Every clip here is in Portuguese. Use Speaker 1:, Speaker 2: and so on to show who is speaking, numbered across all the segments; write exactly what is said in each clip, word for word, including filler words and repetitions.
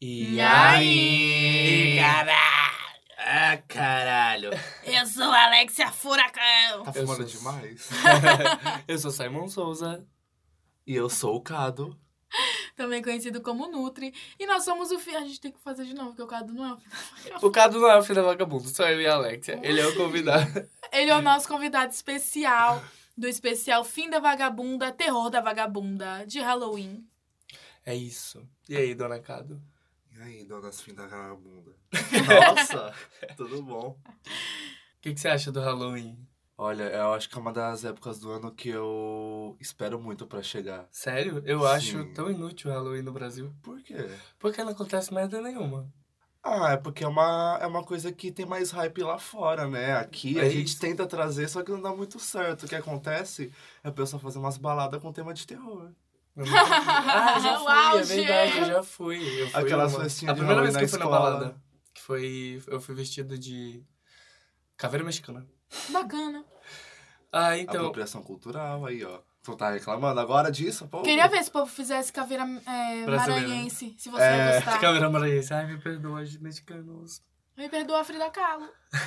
Speaker 1: E
Speaker 2: aí,
Speaker 1: caralho! Ah, caralho!
Speaker 2: Eu sou a Alexia Furacão.
Speaker 3: Tá
Speaker 1: Eu
Speaker 3: fumando
Speaker 1: sou-
Speaker 3: demais?
Speaker 1: Eu sou Simon Souza.
Speaker 3: E eu sou o Cado.
Speaker 2: Também conhecido como Nutri. E nós somos o filho... A gente tem que fazer de novo, porque o Cado não é o filho da
Speaker 1: O Cado não é o filho da vagabundo, só eu e a Alexia. Ele é o convidado.
Speaker 2: Ele é o nosso convidado especial do especial Fim da Vagabunda, Terror da Vagabunda, de Halloween.
Speaker 1: É isso. E aí, dona Cado?
Speaker 3: E aí, donas fim da vagabunda? Nossa, tudo bom?
Speaker 1: O que, que você acha do Halloween?
Speaker 3: Olha, eu acho que é uma das épocas do ano que eu espero muito pra chegar.
Speaker 1: Sério? Eu
Speaker 3: Sim.
Speaker 1: acho tão inútil o Halloween no Brasil.
Speaker 3: Por quê?
Speaker 1: Porque não acontece merda nenhuma.
Speaker 3: Ah, é porque é uma, é uma coisa que tem mais hype lá fora, né? Aqui
Speaker 1: É
Speaker 3: a gente
Speaker 1: isso.
Speaker 3: tenta trazer, só que não dá muito certo. O que acontece é o pessoal fazer umas baladas com tema de terror.
Speaker 1: Eu nunca fui. Ah, eu já
Speaker 2: O
Speaker 1: fui, é
Speaker 2: auge.
Speaker 1: verdade, eu já fui. Eu fui
Speaker 3: Aquelas
Speaker 1: uma...
Speaker 3: festinhas
Speaker 1: A
Speaker 3: de
Speaker 1: primeira vez
Speaker 3: Halloween
Speaker 1: que eu
Speaker 3: na
Speaker 1: fui na
Speaker 3: escola.
Speaker 1: balada, que foi... Eu fui vestido de caveira mexicana.
Speaker 2: Bacana.
Speaker 1: Ah, então...
Speaker 3: Apropriação cultural, aí, ó. Tu tá reclamando agora disso, pô?
Speaker 2: Queria ver se o povo fizesse caveira é,
Speaker 1: Brasileira.
Speaker 2: maranhense, se você
Speaker 3: É,
Speaker 2: ia gostar.
Speaker 1: Caveira maranhense. Ai, me perdoa, mexicanos.
Speaker 2: Me perdoa, Frida Kahlo.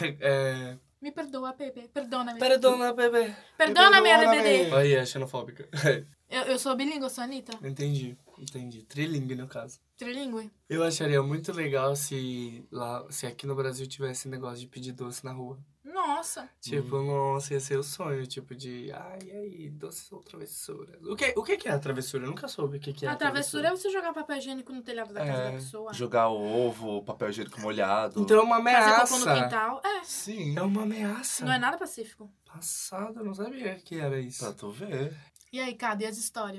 Speaker 1: É...
Speaker 2: Me perdoa, Pepe. Perdona-me.
Speaker 1: Perdona, bebê.
Speaker 2: Perdona-me,
Speaker 3: Perdona-me.
Speaker 2: R B D.
Speaker 1: Aí, é xenofóbica.
Speaker 2: Eu, eu sou bilíngue, eu sou Anitta.
Speaker 1: Entendi, entendi. Trilingue, no caso.
Speaker 2: Trilingue.
Speaker 1: Eu acharia muito legal se lá, se aqui no Brasil tivesse negócio de pedir doce na rua.
Speaker 2: Nossa.
Speaker 1: Tipo, nossa, ia ser o sonho, tipo de, ai, e aí, doces ou travessuras? O que, o que que é a travessura? Eu nunca soube o que que é
Speaker 2: A travessura é você jogar papel higiênico no telhado da casa
Speaker 1: É.
Speaker 2: da pessoa.
Speaker 3: Jogar ovo, papel higiênico molhado.
Speaker 1: Então é uma
Speaker 2: Fazer
Speaker 1: ameaça.
Speaker 2: cocô no quintal. É,
Speaker 3: Sim,
Speaker 1: É uma ameaça.
Speaker 2: não é nada pacífico.
Speaker 1: Passado, eu não sabia que era isso.
Speaker 3: pra tu ver.
Speaker 2: E aí, cadê as histórias?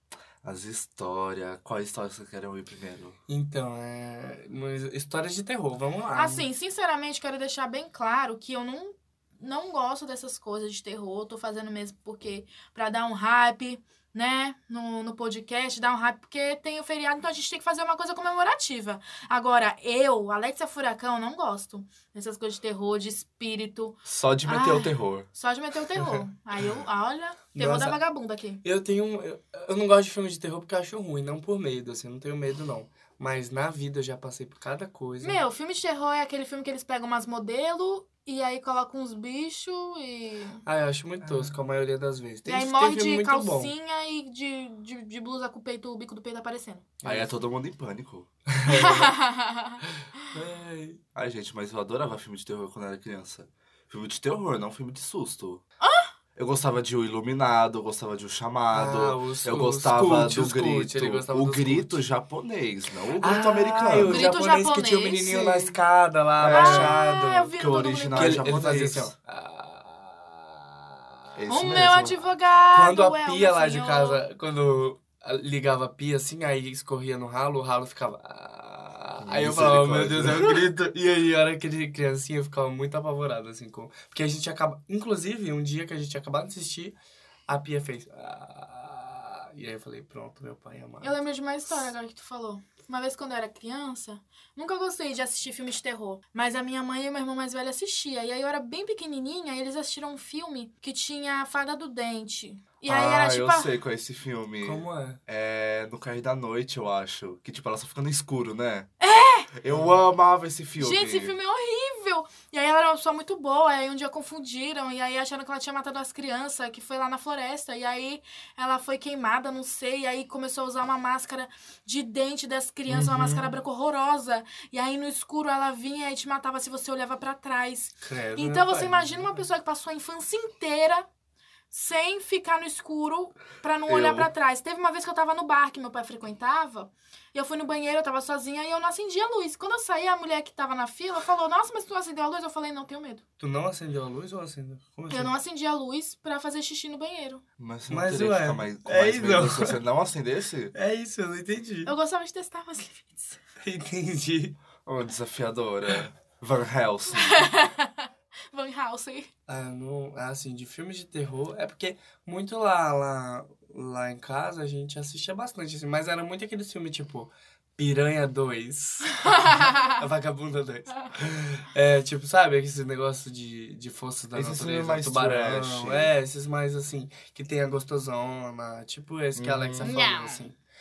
Speaker 3: As histórias. Qual história vocês querem ouvir primeiro?
Speaker 1: Então, é... mas histórias de terror, vamos lá.
Speaker 2: Assim, sinceramente, quero deixar bem claro que eu não, não gosto dessas coisas de terror. Tô fazendo mesmo porque pra dar um hype, né, no, no podcast, dar um hype, porque tem o feriado, então a gente tem que fazer uma coisa comemorativa. Agora, eu, Alexia Furacão, não gosto dessas coisas de terror, de espírito,
Speaker 3: Só de meter
Speaker 2: Ai.
Speaker 3: o terror.
Speaker 2: só de meter o terror. Aí eu, olha, terror
Speaker 1: Nossa.
Speaker 2: da vagabunda aqui.
Speaker 1: Eu tenho um... Eu, eu não gosto de filme de terror porque eu acho ruim, não por medo, assim, eu não tenho medo, não. Mas na vida eu já passei por cada coisa.
Speaker 2: Meu, filme de terror é aquele filme que eles pegam umas modelos e aí colocam uns bichos e...
Speaker 1: Ah, eu acho muito tosco a maioria das vezes.
Speaker 2: E
Speaker 1: Tem,
Speaker 2: aí
Speaker 1: tem
Speaker 2: morre
Speaker 1: filme
Speaker 2: de
Speaker 1: muito
Speaker 2: calcinha e de, de, de blusa com o peito, o bico do peito aparecendo.
Speaker 3: Aí é todo mundo em pânico.
Speaker 1: bom. Ai.
Speaker 3: Ai, gente, mas eu adorava filme de terror quando era criança. Filme de terror, não filme de susto. Eu gostava de O Iluminado, eu gostava de O Chamado.
Speaker 1: Ah, os-
Speaker 3: eu
Speaker 1: os
Speaker 3: gostava
Speaker 1: cult,
Speaker 3: do
Speaker 1: os cult,
Speaker 3: grito.
Speaker 1: ele gostava
Speaker 3: o
Speaker 1: dos
Speaker 3: grito
Speaker 1: cult.
Speaker 3: japonês, não o grito
Speaker 1: Ah,
Speaker 3: americano.
Speaker 1: o
Speaker 2: Grito
Speaker 1: japonês que tinha o
Speaker 2: japonês,
Speaker 1: menininho
Speaker 3: sim.
Speaker 1: na escada lá,
Speaker 3: É.
Speaker 1: abaixado.
Speaker 2: Ah, eu vi
Speaker 3: Que
Speaker 2: no
Speaker 3: o
Speaker 2: Todo Mundo
Speaker 3: original
Speaker 1: Que
Speaker 3: é
Speaker 1: ele, ele
Speaker 3: japonês.
Speaker 1: fazia assim, ó. Ah.
Speaker 3: Esse
Speaker 2: O
Speaker 3: mesmo.
Speaker 2: meu advogado
Speaker 1: Quando a
Speaker 2: é o
Speaker 1: pia
Speaker 2: meu
Speaker 1: lá de
Speaker 2: senhor.
Speaker 1: casa, quando ligava a pia assim, aí escorria no ralo, o ralo ficava... ah. Aí eu falava, oh, meu Deus, é o grito. E aí, a hora que ele criancinha, eu ficava muito apavorado, assim, com... Porque a gente acaba... Inclusive, um dia que a gente tinha acabado de assistir, a pia fez... ah. E aí eu falei, pronto, meu pai é amado.
Speaker 2: Eu lembro de uma história agora que tu falou. Uma vez quando eu era criança, nunca gostei de assistir filmes de terror. Mas a minha mãe e o meu irmão mais velho assistiam. E aí eu era bem pequenininha e eles assistiram um filme que tinha a Fada do Dente. E aí
Speaker 3: ah,
Speaker 2: era tipo...
Speaker 3: eu
Speaker 2: a-
Speaker 3: sei qual é esse filme.
Speaker 1: Como é?
Speaker 3: É No Cair da Noite, eu acho. Que, tipo, ela só fica no escuro, né? É! Eu amava esse filme.
Speaker 2: Gente, esse filme é horrível! E aí ela era uma pessoa muito boa, aí um dia confundiram, e aí acharam que ela tinha matado as crianças, que foi lá na floresta, e aí ela foi queimada, não sei, e aí começou a usar uma máscara de dente das crianças, uma
Speaker 1: Uhum.
Speaker 2: máscara branca horrorosa, e aí no escuro ela vinha e te matava se você olhava pra trás.
Speaker 1: Credo,
Speaker 2: Então
Speaker 1: meu
Speaker 2: você
Speaker 1: pai.
Speaker 2: imagina uma pessoa que passou a infância inteira sem ficar no escuro pra não olhar
Speaker 3: Eu-
Speaker 2: pra trás. Teve uma vez que eu tava no bar que meu pai frequentava, e eu fui no banheiro, eu tava sozinha, e eu não acendia a luz. Quando eu saí, a mulher que tava na fila falou, nossa, mas tu não acendeu a luz? Eu falei, não, tenho medo.
Speaker 1: Tu não acendeu a luz ou acendeu? Como assim?
Speaker 2: Eu não acendi a luz pra fazer xixi no banheiro.
Speaker 3: Mas você não
Speaker 1: Mas,
Speaker 3: teria
Speaker 1: ué,
Speaker 3: que ficar mais, com
Speaker 1: é
Speaker 3: mais
Speaker 1: isso.
Speaker 3: medo se você não acendesse?
Speaker 1: É isso, eu não entendi.
Speaker 2: Eu gostava de testar meus limites.
Speaker 1: Entendi.
Speaker 3: Ô, desafiadora. Van Helsing.
Speaker 2: Van Helsing.
Speaker 1: Ah, não, assim, de filmes de terror, é porque muito lá, lá, lá em casa a gente assistia bastante, assim, mas era muito aquele filme tipo Piranha dois, A Vagabunda dois. É, tipo, sabe, esse negócio de, de forças da
Speaker 3: Esses filmes
Speaker 1: natureza,
Speaker 3: mais
Speaker 1: tubarão,
Speaker 3: trash.
Speaker 1: é, esses mais assim, que tem a gostosona, tipo esse que a Alexa
Speaker 3: Hum.
Speaker 1: falou,
Speaker 2: Não.
Speaker 1: assim.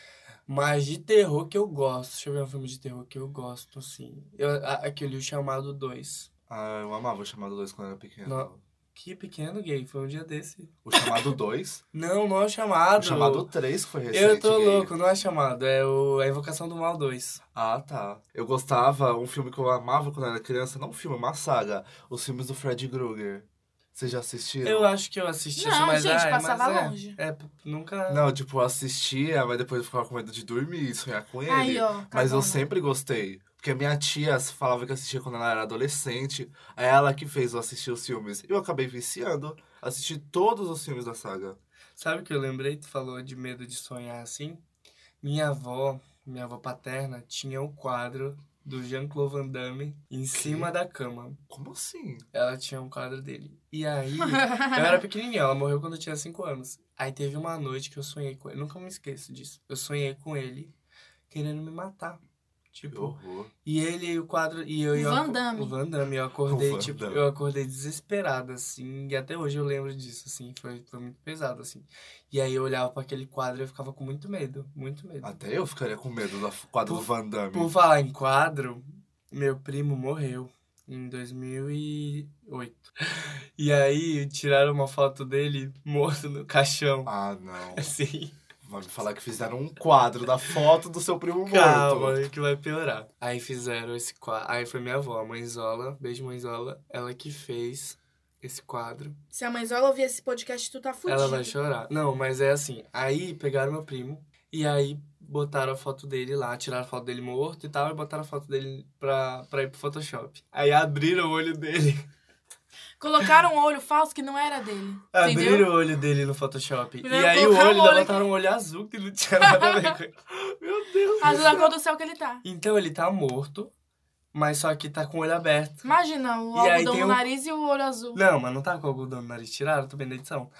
Speaker 1: Mas de terror que eu gosto. Deixa eu ver um filme de terror que eu gosto, assim. Eu, a, aquele O Chamado dois.
Speaker 3: Ah, eu amava o Chamado dois quando eu era pequeno.
Speaker 1: Não. Que pequeno, gay. Foi um dia desse.
Speaker 3: O Chamado dois?
Speaker 1: Não, não é o Chamado.
Speaker 3: O Chamado três que foi recente,
Speaker 1: Eu tô
Speaker 3: gay.
Speaker 1: louco, não é Chamado. É o, a Invocação do Mal dois.
Speaker 3: Ah, tá. Eu gostava, um filme que eu amava quando eu era criança, não um filme, uma saga. Os filmes do Freddy Krueger. Vocês já assistiram?
Speaker 1: Eu acho que eu assisti
Speaker 2: Não,
Speaker 1: assim, mas
Speaker 2: gente,
Speaker 1: ah,
Speaker 2: passava
Speaker 1: mas é,
Speaker 2: longe.
Speaker 1: É, nunca...
Speaker 3: Não, tipo, eu assistia, mas depois eu ficava com medo de dormir e sonhar com ele.
Speaker 2: Aí, ó,
Speaker 3: Mas eu
Speaker 2: cagona.
Speaker 3: sempre gostei. Porque minha tia falava que assistia quando ela era adolescente. É ela que fez eu assistir os filmes. Eu acabei viciando. Assisti todos os filmes da saga.
Speaker 1: Sabe o que eu lembrei? Tu falou de medo de sonhar assim? Minha avó, minha avó paterna, tinha um quadro do Jean-Claude Van Damme em cima da cama.
Speaker 3: Como assim?
Speaker 1: Ela tinha um quadro dele. E aí, eu era pequenininha, ela morreu quando eu tinha cinco anos. Aí teve uma noite que eu sonhei com ele, nunca me esqueço disso. Eu sonhei com ele querendo me matar.
Speaker 3: Que
Speaker 1: Tipo,
Speaker 3: horror.
Speaker 1: e ele e o quadro. E eu,
Speaker 2: O
Speaker 1: e eu,
Speaker 2: Van Damme.
Speaker 1: O Van Damme, eu acordei,
Speaker 3: O Van
Speaker 1: tipo,
Speaker 3: Damme.
Speaker 1: eu acordei desesperada, assim, e até hoje eu lembro disso, assim, foi, foi muito pesado, assim. E aí eu olhava pra aquele quadro e eu ficava com muito medo, muito medo.
Speaker 3: Até eu ficaria com medo do quadro
Speaker 1: Por-
Speaker 3: do Van Damme.
Speaker 1: Por falar em quadro, meu primo morreu em dois mil e oito. E aí tiraram uma foto dele morto no caixão.
Speaker 3: Ah, não.
Speaker 1: Assim,
Speaker 3: Vai me falar que fizeram um quadro da foto do seu primo morto.
Speaker 1: calma, que vai piorar. Aí fizeram esse quadro. Aí foi minha avó, a mãezola, beijo mãezola, ela que fez esse quadro.
Speaker 2: Se a mãezola ouvir esse podcast, tu tá fudido.
Speaker 1: Ela vai chorar. Não, mas é assim, aí pegaram meu primo e aí botaram a foto dele lá, tiraram a foto dele morto e tal, e botaram a foto dele pra, pra ir pro Photoshop. Aí abriram o olho dele.
Speaker 2: Colocaram um olho falso que não era dele.
Speaker 1: Abriram
Speaker 2: Entendeu?
Speaker 1: o olho dele no Photoshop.
Speaker 2: Fizeram
Speaker 1: E aí o
Speaker 2: colocar
Speaker 1: olho,
Speaker 2: um olho
Speaker 1: botaram um olho azul que não tinha nada a ver com ele. Meu Deus.
Speaker 2: Azul da cor do céu que ele tá.
Speaker 1: Então ele tá morto, mas só que tá com o olho aberto.
Speaker 2: Imagina, o
Speaker 1: E aí
Speaker 2: algodão
Speaker 1: tem
Speaker 2: no
Speaker 1: um-
Speaker 2: nariz e o olho azul.
Speaker 1: Não, mas não tá com o algodão no nariz, tiraram, tô vendo a edição.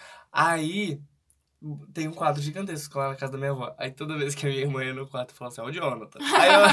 Speaker 1: Aí tem um quadro gigantesco lá na casa da minha avó. Aí toda vez que a minha irmã ia no quarto, falava assim, ó o Jonathan. Aí ela,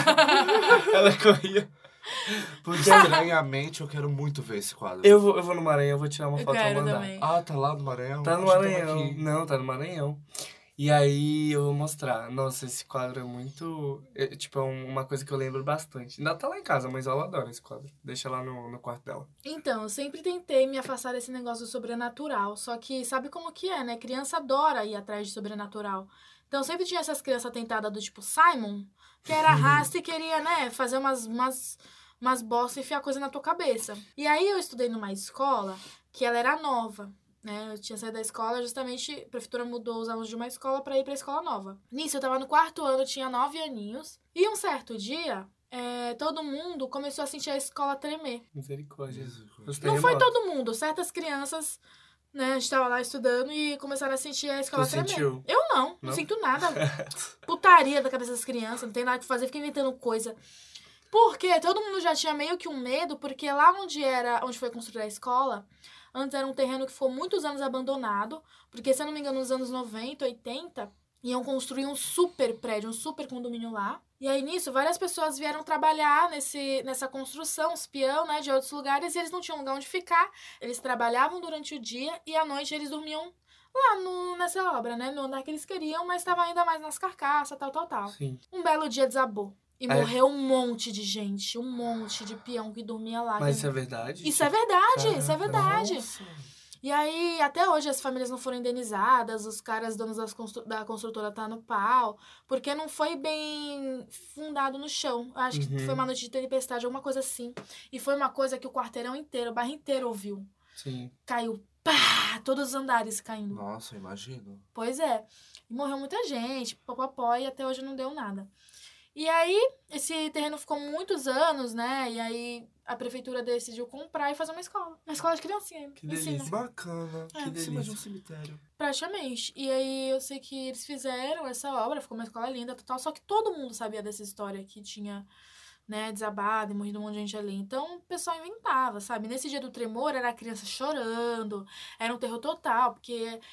Speaker 1: ela corria. Porque
Speaker 3: Estranhamente, eu quero muito ver esse quadro.
Speaker 1: eu vou, eu vou no Maranhão, eu vou tirar uma
Speaker 2: Eu
Speaker 1: foto pra
Speaker 2: quero
Speaker 1: mandar.
Speaker 2: também.
Speaker 3: Ah, tá lá no Maranhão?
Speaker 1: Tá no
Speaker 3: Achei que tava
Speaker 1: Maranhão.
Speaker 3: aqui.
Speaker 1: Não, tá no Maranhão. E aí eu vou mostrar. Nossa, esse quadro é muito... é, tipo, é um- uma coisa que eu lembro bastante. Ainda tá lá em casa, mas ela adora esse quadro. Deixa lá no, no quarto dela.
Speaker 2: Então, eu sempre tentei me afastar desse negócio do sobrenatural. Só que sabe como que é, né? Criança adora ir atrás de sobrenatural. Então, sempre tinha essas crianças tentadas do tipo Simon, que era rasta e queria, né, fazer umas, umas, umas bosta e enfiar coisa na tua cabeça. E aí eu estudei numa escola que ela era nova. Né? Eu tinha saído da escola, justamente a prefeitura mudou os alunos de uma escola pra ir pra escola nova. Nisso, eu tava no quarto ano, eu tinha nove aninhos. E um certo dia, é, todo mundo começou a sentir a escola tremer.
Speaker 1: Misericórdia.
Speaker 3: Jesus.
Speaker 1: Os
Speaker 2: Não foi
Speaker 1: terremotos.
Speaker 2: todo mundo, certas crianças, né, a gente tava lá estudando e começaram a sentir a escola
Speaker 1: Tu
Speaker 2: tremer.
Speaker 1: sentiu?
Speaker 2: Eu não, não,
Speaker 1: Não?
Speaker 2: sinto nada. Putaria da cabeça das crianças, não tem nada que fazer, fica inventando coisa. Porque todo mundo já tinha meio que um medo, porque lá onde era, onde foi construída a escola, antes era um terreno que ficou muitos anos abandonado, porque, se eu não me engano, nos anos noventa, oitenta, iam construir um super prédio, um super condomínio lá. E aí, nisso, várias pessoas vieram trabalhar nesse, nessa construção, os peão, né, de outros lugares, e eles não tinham lugar onde ficar. Eles trabalhavam durante o dia e à noite eles dormiam lá no, nessa obra, né, no andar que eles queriam, mas estava ainda mais nas carcaças, tal, tal, tal.
Speaker 1: Sim.
Speaker 2: Um belo dia desabou. E
Speaker 1: Aí-
Speaker 2: morreu um monte de gente, um monte de peão que dormia lá.
Speaker 1: Mas
Speaker 2: que-
Speaker 1: isso é verdade?
Speaker 2: Isso é verdade, isso é
Speaker 1: Caraca,
Speaker 2: verdade.
Speaker 1: nossa.
Speaker 2: E aí, até hoje, as famílias não foram indenizadas, os caras donos das constru- da construtora tá no pau, porque não foi bem fundado no chão. Eu acho que
Speaker 1: Uhum.
Speaker 2: foi uma noite de tempestade, alguma coisa assim. E foi uma coisa que o quarteirão inteiro, o bairro inteiro ouviu.
Speaker 1: Sim.
Speaker 2: Caiu, pá, todos os andares caindo.
Speaker 3: Nossa, imagino.
Speaker 2: Pois é. E morreu muita gente, popopó, e até hoje não deu nada. E aí, esse terreno ficou muitos anos, né? E aí, a prefeitura decidiu comprar e fazer uma escola. Uma escola de criancinha.
Speaker 1: Que
Speaker 2: ensina.
Speaker 1: delícia.
Speaker 3: Bacana.
Speaker 2: É,
Speaker 3: Que em cima de
Speaker 1: delícia.
Speaker 3: um cemitério.
Speaker 2: Praticamente. E aí, eu sei que eles fizeram essa obra, ficou uma escola linda, total. Só que todo mundo sabia dessa história que tinha, né, desabado e morrido um monte de gente ali. Então, o pessoal inventava, sabe? Nesse dia do tremor, era a criança chorando, era um terror total, porque...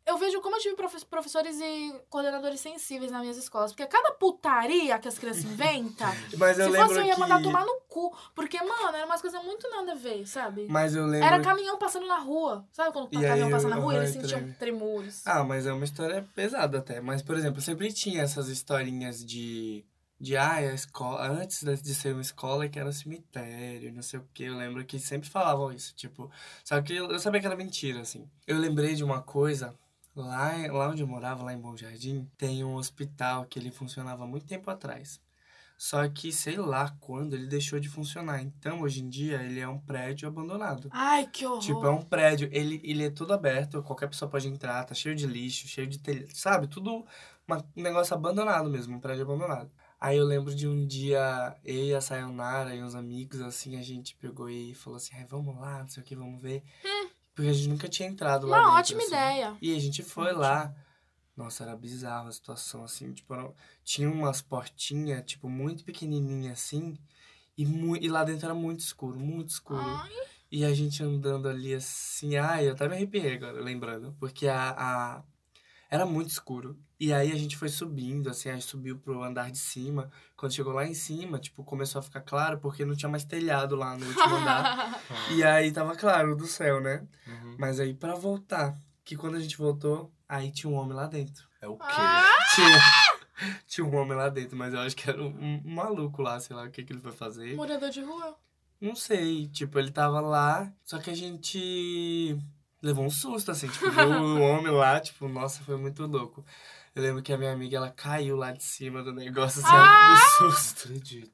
Speaker 2: eu vejo como eu tive profe- professores e coordenadores sensíveis nas minhas escolas. Porque cada putaria que as crianças inventam,
Speaker 1: Mas eu
Speaker 2: se
Speaker 1: lembro
Speaker 2: fosse eu ia
Speaker 1: que...
Speaker 2: mandar tomar no cu. Porque, mano, era umas coisas muito nada a ver, sabe?
Speaker 1: Mas eu lembro...
Speaker 2: Era caminhão passando na rua. Sabe quando o
Speaker 1: E
Speaker 2: caminhão
Speaker 1: aí
Speaker 2: passa
Speaker 1: eu-
Speaker 2: na rua e
Speaker 1: aham,
Speaker 2: eles sentiam
Speaker 1: treme.
Speaker 2: tremores?
Speaker 1: Ah, mas é uma história pesada até. Mas, por exemplo, sempre tinha essas historinhas de... De, ah, a escola... Antes de de ser uma escola, que era um cemitério, não sei o quê. Eu lembro que sempre falavam isso, tipo... Só que eu, eu sabia que era mentira, assim. Eu lembrei de uma coisa... Lá, lá onde eu morava, lá em Bom Jardim, tem um hospital que ele funcionava há muito tempo atrás. Só que, sei lá quando, ele deixou de funcionar. Então, hoje em dia, ele é um prédio abandonado.
Speaker 2: Ai, que horror.
Speaker 1: Tipo, é um prédio, ele, ele é todo aberto, qualquer pessoa pode entrar, tá cheio de lixo, cheio de telha, sabe? Tudo uma- um negócio abandonado mesmo, um prédio abandonado. Aí eu lembro de um dia, eu e a Sayonara e uns amigos, assim, a gente pegou e falou assim, ai, vamos lá, não sei o que, vamos ver. Porque a gente nunca tinha entrado lá
Speaker 2: Uma
Speaker 1: dentro,
Speaker 2: ótima
Speaker 1: assim.
Speaker 2: ideia.
Speaker 1: E a gente foi lá. Nossa, era bizarro a situação, assim, tipo, era- tinha umas portinhas, tipo, muito pequenininhas, assim, e, mu- e lá dentro era muito escuro, muito escuro.
Speaker 2: Ai.
Speaker 1: E a gente andando ali, assim, ai, eu até me arrepiei agora, lembrando, porque a, a... era muito escuro. E aí a gente foi subindo, assim, a gente subiu pro andar de cima. Quando chegou lá em cima, tipo, começou a ficar claro, porque não tinha mais telhado lá no último andar. E aí tava claro do céu, né?
Speaker 3: Uhum.
Speaker 1: Mas aí pra voltar, que quando a gente voltou, aí tinha um homem lá dentro.
Speaker 3: É o quê?
Speaker 2: Ah!
Speaker 1: Tinha, tinha um homem lá dentro, mas eu acho que era um, um maluco lá, sei lá o que, que ele foi fazer.
Speaker 2: Morador de rua.
Speaker 1: Não sei, tipo, ele tava lá, só que a gente levou um susto, assim, tipo, viu o homem lá, tipo, nossa, foi muito louco. Eu lembro que a minha amiga, ela caiu lá de cima do negócio, assim,
Speaker 2: Ah!
Speaker 1: do susto.
Speaker 3: Acredito.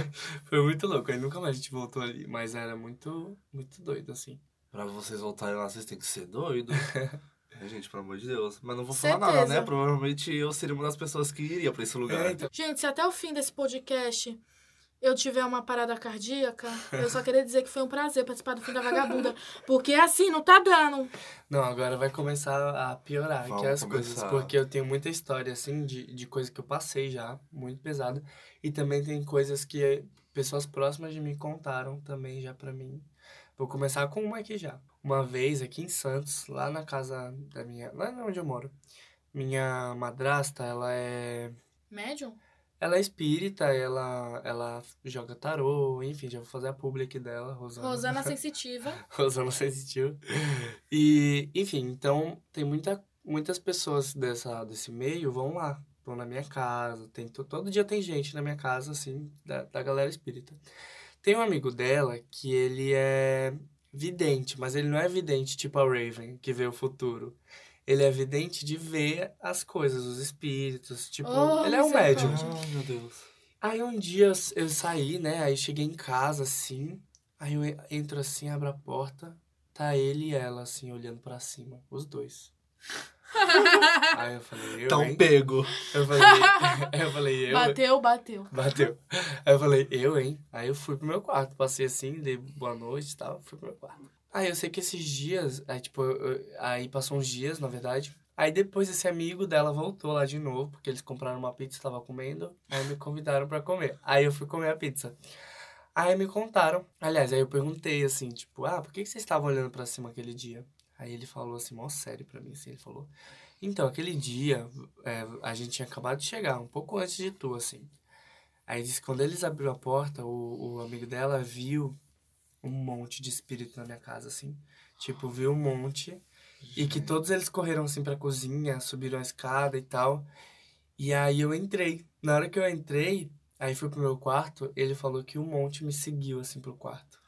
Speaker 1: Foi muito louco, aí nunca mais a gente voltou ali, mas era muito, muito doido, assim.
Speaker 3: Pra vocês voltarem lá, vocês têm que ser doido. É, gente, pelo amor de Deus. Mas não vou
Speaker 2: Certeza.
Speaker 3: falar nada, né? Provavelmente eu seria uma das pessoas que iria pra esse lugar.
Speaker 1: É, então,
Speaker 2: Gente, se até o fim desse podcast eu tiver uma parada cardíaca, eu só queria dizer que foi um prazer participar do Fim da Vagabunda. Porque assim, não tá dando.
Speaker 1: não, agora vai começar a piorar
Speaker 3: Vamos
Speaker 1: que as
Speaker 3: começar.
Speaker 1: coisas, porque eu tenho muita história, assim, de, de coisa que eu passei já, muito pesada, e também tem coisas que pessoas próximas de mim contaram também já pra mim. Vou começar com uma aqui já. Uma vez, aqui em Santos, lá na casa da minha... Lá onde eu moro. Minha madrasta, ela é...
Speaker 2: Médium?
Speaker 1: Ela é espírita, ela, ela joga tarô, enfim, já vou fazer a publi aqui dela, Rosana.
Speaker 2: Rosana Sensitiva.
Speaker 1: Rosana Sensitiva. E, enfim, então tem muita, muitas pessoas dessa, desse meio vão lá, vão na minha casa. Tem, to- todo dia tem gente na minha casa, assim, da, da galera espírita. Tem um amigo dela que ele é vidente, mas ele não é vidente tipo a Raven, que vê o futuro. Ele é vidente de ver as coisas, os espíritos, tipo,
Speaker 2: Oh,
Speaker 1: ele é um médium.
Speaker 2: misericórdia.
Speaker 3: Ah, meu Deus.
Speaker 1: Aí um dia eu, eu saí, né? Aí cheguei em casa, assim. Aí eu en- entro assim, abro a porta. Tá ele e ela, assim, olhando pra cima. Os dois. Aí eu falei, eu,
Speaker 3: Tão
Speaker 1: hein?
Speaker 3: pego.
Speaker 1: Eu falei, eu falei, eu... hein?
Speaker 2: Bateu, bateu.
Speaker 1: Bateu. Aí eu falei, eu, hein? Aí eu fui pro meu quarto. Passei assim, dei boa noite e tal. Fui pro meu quarto. Aí eu sei que esses dias... Aí, tipo, eu- eu- aí passou uns dias, na verdade. Aí depois esse amigo dela voltou lá de novo, porque eles compraram uma pizza, tava comendo. Aí me convidaram pra comer. Aí eu fui comer a pizza. Aí me contaram. Aliás, aí eu perguntei assim, tipo, ah, por que que vocês estavam olhando pra cima aquele dia? Aí ele falou assim, mó sério pra mim, assim, ele falou... Então, aquele dia, é, a gente tinha acabado de chegar, um pouco antes de tu, assim. Aí disse que quando eles abriram a porta, o, o amigo dela viu um monte de espírito na minha casa, assim. Tipo, viu um monte. E que todos eles correram, assim, pra cozinha, subiram a escada e tal. E aí eu entrei. Na hora que eu entrei, aí fui pro meu quarto, ele falou que um monte me seguiu, assim, pro quarto.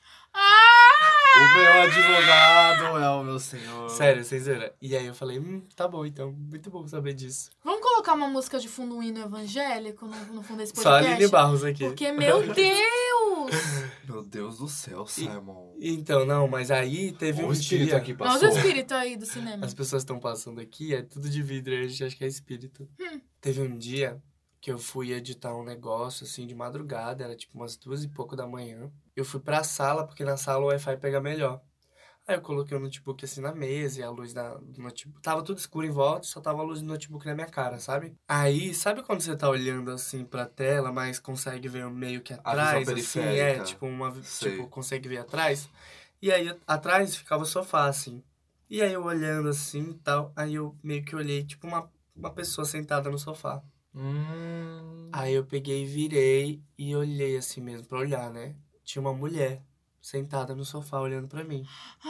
Speaker 3: O meu advogado é o meu senhor.
Speaker 1: Sério, sem zoeira. E aí eu falei, hum, tá bom, então. Muito bom saber disso.
Speaker 2: Vamos colocar uma música de fundo, um hino evangélico no, no fundo desse
Speaker 1: Só a
Speaker 2: podcast?
Speaker 1: Aline Barros aqui.
Speaker 2: Porque, meu Deus!
Speaker 3: Meu Deus do céu, Simon.
Speaker 1: Então, não, mas aí teve
Speaker 3: O
Speaker 1: um
Speaker 3: espírito
Speaker 1: dia...
Speaker 3: aqui
Speaker 2: Olha os
Speaker 3: passou.
Speaker 2: espíritos aí do cinema.
Speaker 1: As pessoas estão passando aqui, é tudo de vidro, a gente acha que é espírito.
Speaker 2: Hum.
Speaker 1: Teve um dia que eu fui editar um negócio, assim, de madrugada, era tipo umas duas e pouco da manhã. Eu fui pra sala, porque na sala o Wi-Fi pega melhor. Aí eu coloquei o notebook assim na mesa e a luz da, do notebook... Tava tudo escuro em volta, só tava a luz do notebook na minha cara, sabe? Aí, sabe quando você tá olhando assim pra tela, mas consegue ver meio que atrás,
Speaker 3: visão
Speaker 1: assim? É,
Speaker 3: periférica.
Speaker 1: tipo, uma,
Speaker 3: Sei.
Speaker 1: tipo, consegue ver atrás? E aí, atrás ficava o sofá, assim. E aí eu olhando assim e tal, aí eu meio que olhei, tipo, uma, uma pessoa sentada no sofá.
Speaker 3: Hum...
Speaker 1: Aí eu peguei e virei e olhei assim mesmo, pra olhar, né? Tinha uma mulher sentada no sofá olhando pra mim.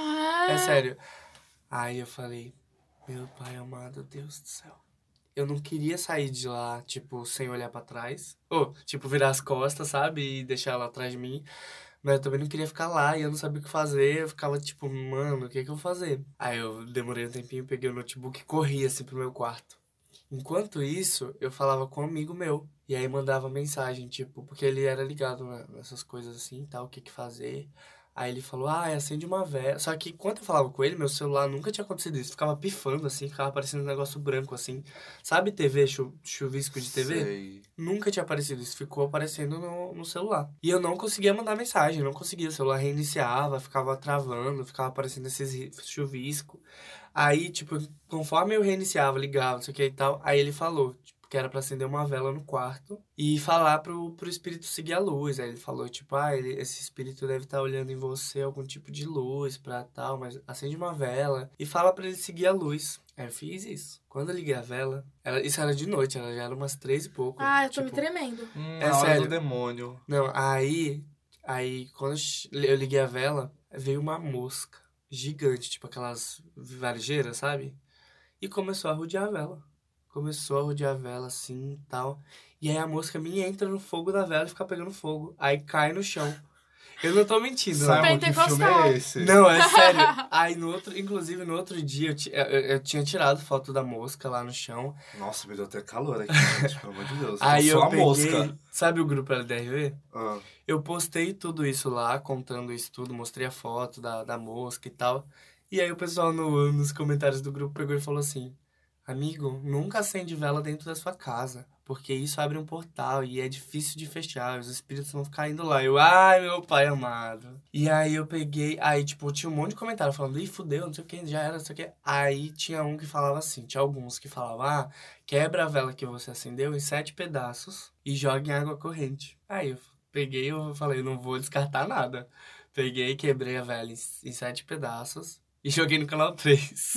Speaker 1: É sério. Aí eu falei, meu pai amado, Deus do céu. Eu não queria sair de lá, tipo, sem olhar pra trás. Ou, tipo, virar as costas, sabe? E deixar ela atrás de mim. Mas eu também não queria ficar lá e eu não sabia o que fazer. Eu ficava tipo, mano, o que que eu vou fazer? Aí eu demorei um tempinho, peguei o notebook e corri assim pro meu quarto. Enquanto isso, eu falava com um amigo meu. E aí mandava mensagem, tipo, porque ele era ligado né, nessas coisas assim, tal, o que que fazer. Aí ele falou, ah, acende uma vela. Só que enquanto eu falava com ele, meu celular nunca tinha acontecido isso. Ficava pifando, assim, ficava aparecendo um negócio branco, assim. Sabe T V, chu chuvisco de T V?
Speaker 3: Sei.
Speaker 1: Nunca tinha aparecido isso. Ficou aparecendo no, no celular. E eu não conseguia mandar mensagem, não conseguia. O celular reiniciava, ficava travando, ficava aparecendo esses chuvisco. Aí, tipo, conforme eu reiniciava, ligava, não sei o que e tal, aí ele falou, tipo, que era pra acender uma vela no quarto e falar pro, pro espírito seguir a luz. Aí ele falou, tipo, ah, ele, esse espírito deve estar olhando em você algum tipo de luz pra tal, mas acende uma vela e fala pra ele seguir a luz. Aí eu fiz isso. Quando eu liguei a vela, ela, isso era de noite, ela já era umas três e pouco.
Speaker 2: Ah, eu tô
Speaker 1: tipo,
Speaker 2: me tremendo.
Speaker 3: Hum,
Speaker 1: É
Speaker 3: a hora
Speaker 1: sério.
Speaker 3: do demônio.
Speaker 1: Não, aí, aí quando eu liguei a vela, veio uma mosca gigante, tipo aquelas varejeiras, sabe? E começou a rodear a vela. Começou a rodear a vela assim e tal. E aí a mosca minha entra no fogo da vela e fica pegando fogo. Aí cai no chão. Eu não tô mentindo, não.
Speaker 3: Simon, que filme é esse?
Speaker 1: Não, é sério. Aí no outro, inclusive no outro dia, eu, ti- eu, eu tinha tirado foto da mosca lá no chão.
Speaker 3: Nossa, me deu até calor aqui, gente, pelo amor de Deus.
Speaker 1: Aí
Speaker 3: eu
Speaker 1: eu
Speaker 3: sou a
Speaker 1: peguei,
Speaker 3: mosca.
Speaker 1: sabe o grupo L D R V?
Speaker 3: Ah.
Speaker 1: Eu postei tudo isso lá, contando isso tudo, mostrei a foto da, da mosca e tal. E aí o pessoal no, nos comentários do grupo pegou e falou assim, amigo, nunca acende vela dentro da sua casa, porque isso abre um portal e é difícil de fechar, os espíritos vão ficar indo lá. Eu, ai, meu pai amado. E aí eu peguei, aí tipo, tinha um monte de comentário falando, ih, fudeu, não sei o que, já era, não sei o que. Aí tinha um que falava assim, tinha alguns que falavam, ah, quebra a vela que você acendeu em sete pedaços e joga em água corrente. Aí eu peguei, eu falei, não vou descartar nada. Peguei, quebrei a vela em, em sete pedaços e joguei no canal três.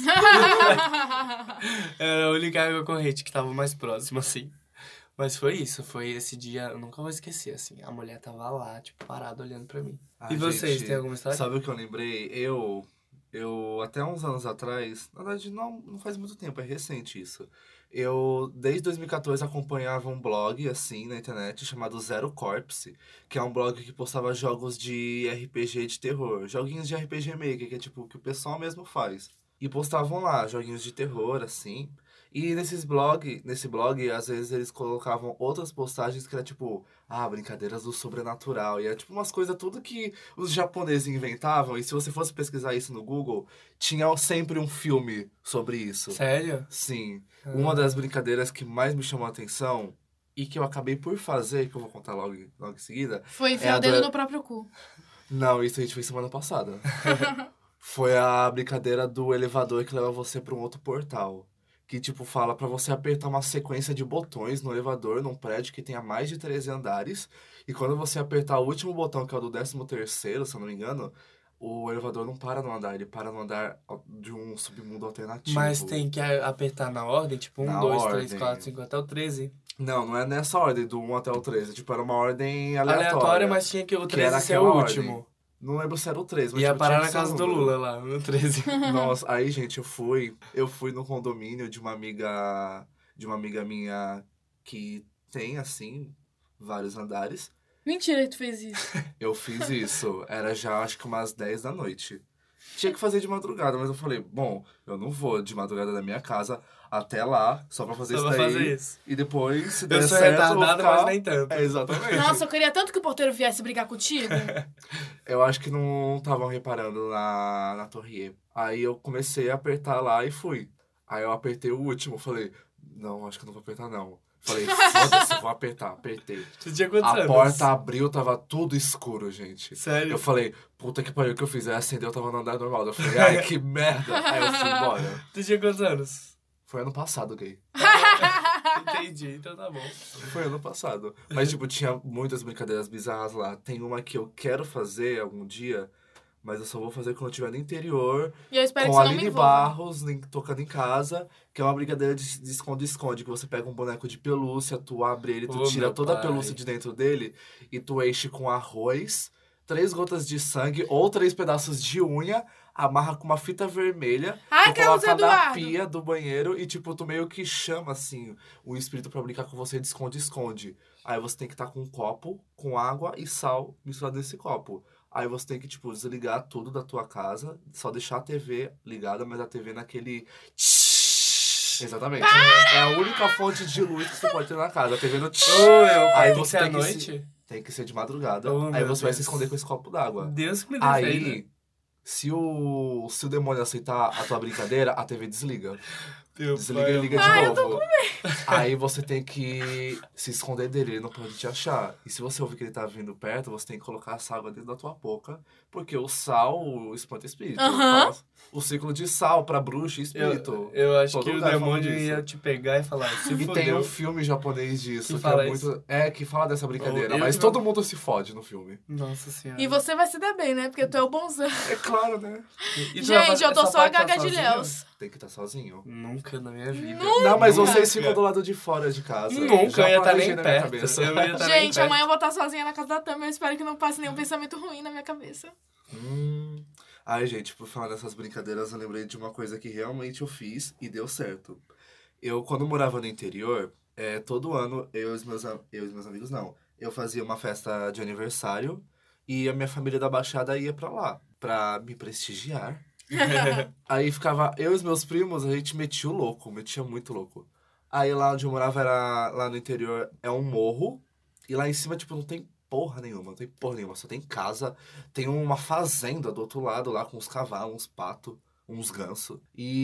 Speaker 1: Era a única água corrente que tava mais próxima, assim. Mas foi isso, foi esse dia, eu nunca vou esquecer, assim. A mulher tava lá, tipo, parada olhando pra mim.
Speaker 3: Ai,
Speaker 1: E vocês,
Speaker 3: gente,
Speaker 1: tem alguma história?
Speaker 3: Sabe o que eu lembrei? Eu, eu até uns anos atrás, na verdade não, não faz muito tempo, é recente isso. Eu, desde dois mil e quatorze, acompanhava um blog, assim, na internet, chamado Zero Corpse, que é um blog que postava jogos de R P G de terror, joguinhos de R P G Maker, que é tipo o que o pessoal mesmo faz. E postavam lá, joguinhos de terror, assim. E nesses blog, nesse blog, às vezes eles colocavam outras postagens que era tipo, ah, brincadeiras do sobrenatural. E é tipo umas coisas tudo que os japoneses inventavam. E se você fosse pesquisar isso no Google, tinha sempre um filme sobre isso.
Speaker 1: Sério?
Speaker 3: Sim.
Speaker 1: Ah.
Speaker 3: Uma das brincadeiras que mais me chamou a atenção e que eu acabei por fazer, que eu vou contar logo, logo em seguida.
Speaker 2: Foi enfiar
Speaker 3: É a
Speaker 2: o dedo
Speaker 3: do-
Speaker 2: no próprio cu.
Speaker 3: Não, isso a gente fez semana passada. Foi a brincadeira do elevador que leva você para um outro portal. Que, tipo, fala pra você apertar uma sequência de botões no elevador, num prédio que tenha mais de treze andares. E quando você apertar o último botão, que é o do décimo terceiro, se eu não me engano, o elevador não para no andar, ele para no andar de um submundo alternativo.
Speaker 1: Mas tem que a- apertar na ordem, tipo, um,
Speaker 3: Na
Speaker 1: dois,
Speaker 3: ordem.
Speaker 1: três, quatro, cinco, até o treze.
Speaker 3: Não, não é nessa ordem, do um até o treze. Tipo, era uma ordem aleatória.
Speaker 1: Aleatório, mas tinha que o
Speaker 3: que era
Speaker 1: treze ser
Speaker 3: aquela
Speaker 1: o
Speaker 3: ordem.
Speaker 1: último.
Speaker 3: Não lembro se era o treze, mas
Speaker 1: Ia
Speaker 3: tipo,
Speaker 1: parar
Speaker 3: tinha
Speaker 1: na
Speaker 3: que ser um
Speaker 1: casa do
Speaker 3: número.
Speaker 1: Lula lá, no treze.
Speaker 3: Nossa, aí, gente, eu fui, eu fui no condomínio de uma amiga, de uma amiga minha que tem, assim, vários andares.
Speaker 2: Mentira que tu fez isso.
Speaker 3: Eu fiz isso, era já, acho que umas dez da noite. Tinha que fazer de madrugada, mas eu falei, bom, eu não vou de madrugada da minha casa até lá, só pra fazer
Speaker 1: Só
Speaker 3: isso
Speaker 1: pra
Speaker 3: daí.
Speaker 1: fazer isso.
Speaker 3: E depois, se
Speaker 1: Eu
Speaker 3: der
Speaker 1: sou
Speaker 3: certo, eu vou
Speaker 1: retardado,
Speaker 3: ficar...
Speaker 1: mas nem tanto.
Speaker 3: É, exatamente.
Speaker 2: Nossa, eu queria tanto que o porteiro viesse brigar contigo.
Speaker 3: Eu acho que não estavam reparando na, na torre E. Aí eu comecei a apertar lá e fui. Aí eu apertei o último, falei, não, acho que eu não vou apertar não. Falei, foda-se, vou apertar, apertei.
Speaker 1: Você tinha quantos
Speaker 3: A
Speaker 1: anos?
Speaker 3: porta abriu, tava tudo escuro, gente.
Speaker 1: Sério?
Speaker 3: Eu falei, puta que pariu, o que eu fiz? Aí acendeu, eu tava no andar normal. Eu falei, ai, que merda. Aí eu fui embora.
Speaker 1: Tu tinha quantos anos?
Speaker 3: Foi ano passado, gay.
Speaker 1: Entendi, então tá bom.
Speaker 3: Foi ano passado. Mas, tipo, tinha muitas brincadeiras bizarras lá. Tem uma que eu quero fazer algum dia, Mas eu só vou fazer quando eu estiver no interior,
Speaker 2: E eu espero
Speaker 3: com
Speaker 2: que
Speaker 3: a
Speaker 2: você não me
Speaker 3: Aline
Speaker 2: envolva.
Speaker 3: Barros, nem- tocando em casa, que é uma brincadeira de de esconde-esconde, que você pega um boneco de pelúcia, tu abre ele, tu
Speaker 1: Ô,
Speaker 3: tira
Speaker 1: meu
Speaker 3: toda a
Speaker 1: pai.
Speaker 3: pelúcia de dentro dele e tu enche com arroz, três gotas de sangue ou três pedaços de unha, amarra com uma fita vermelha,
Speaker 2: Ai,
Speaker 3: tu
Speaker 2: Carlos
Speaker 3: coloca na
Speaker 2: Eduardo.
Speaker 3: pia do banheiro e, tipo, tu meio que chama, assim, o espírito pra brincar com você de esconde-esconde. Aí você tem que estar com um copo, com água e sal misturado nesse copo. Aí você tem que, tipo, desligar tudo da tua casa, só deixar a T V ligada, mas a T V naquele... Exatamente. É a única fonte de luz que você pode ter na casa. A T V no...
Speaker 1: Ô, meu pai,
Speaker 3: Aí
Speaker 1: tem que
Speaker 3: você
Speaker 1: ser à
Speaker 3: tem que se-
Speaker 1: noite?
Speaker 3: Tem que ser de madrugada.
Speaker 1: Oh,
Speaker 3: Aí
Speaker 1: meu
Speaker 3: você vai
Speaker 1: Deus.
Speaker 3: se esconder com esse copo d'água.
Speaker 1: Deus que me defenda.
Speaker 3: Aí, se o, se o demônio aceitar a tua brincadeira, a T V desliga.
Speaker 1: Meu
Speaker 3: Desliga
Speaker 1: pai,
Speaker 3: e liga
Speaker 2: Ai,
Speaker 3: de
Speaker 2: eu tô
Speaker 3: novo. Aí você tem que se esconder dele, ele não pode te achar. E se você ouvir que ele tá vindo perto, você tem que colocar essa água dentro da tua boca, porque o sal espanta espírito.
Speaker 2: Aham.
Speaker 3: Fala O ciclo de sal pra bruxa e espírito.
Speaker 1: Eu, eu acho
Speaker 3: Todo
Speaker 1: que o
Speaker 3: lugar fala
Speaker 1: demônio
Speaker 3: disso.
Speaker 1: ia te pegar e falar, se
Speaker 3: E
Speaker 1: fodeu.
Speaker 3: tem um filme japonês disso,
Speaker 1: Que
Speaker 3: que,
Speaker 1: fala
Speaker 3: é muito.
Speaker 1: isso.
Speaker 3: É, que fala dessa brincadeira.
Speaker 1: Eu
Speaker 3: Mas
Speaker 1: que
Speaker 3: todo
Speaker 1: não-
Speaker 3: mundo se fode no filme.
Speaker 1: Nossa senhora.
Speaker 2: E você vai se dar bem, né? Porque tu é o bonzão.
Speaker 3: É claro, né?
Speaker 1: E tu vai
Speaker 2: Gente,
Speaker 1: fazer
Speaker 2: eu tô
Speaker 1: essa
Speaker 2: só a
Speaker 1: parte tá
Speaker 2: Gaga de
Speaker 1: sozinho?
Speaker 2: Léus.
Speaker 3: Tem que estar sozinho.
Speaker 1: Nunca na minha vida.
Speaker 3: Não, mas
Speaker 2: Nunca.
Speaker 3: vocês ficam do lado de fora de casa.
Speaker 1: Nunca,
Speaker 3: Já
Speaker 1: eu ia estar
Speaker 3: planejei
Speaker 1: nem
Speaker 3: na minha
Speaker 1: perto.
Speaker 3: cabeça.
Speaker 1: Eu ia tá nem
Speaker 2: Gente,
Speaker 1: perto.
Speaker 2: amanhã eu vou estar sozinha na casa da Tami. Eu espero que não passe nenhum pensamento ruim na minha cabeça.
Speaker 3: Hum. Ai, gente, por falar dessas brincadeiras, eu lembrei de uma coisa que realmente eu fiz e deu certo. Eu, quando morava no interior, é, todo ano, eu e, os meus, am- eu e os meus amigos, não. Eu fazia uma festa de aniversário e a minha família da Baixada ia pra lá, pra me prestigiar. Aí ficava eu e os meus primos, a gente metia o louco, metia muito louco. Aí lá onde eu morava, era lá no interior, é um morro. E lá em cima, tipo, não tem porra nenhuma, não tem porra nenhuma. Só tem casa, tem uma fazenda do outro lado lá, com uns cavalos, uns patos, uns gansos.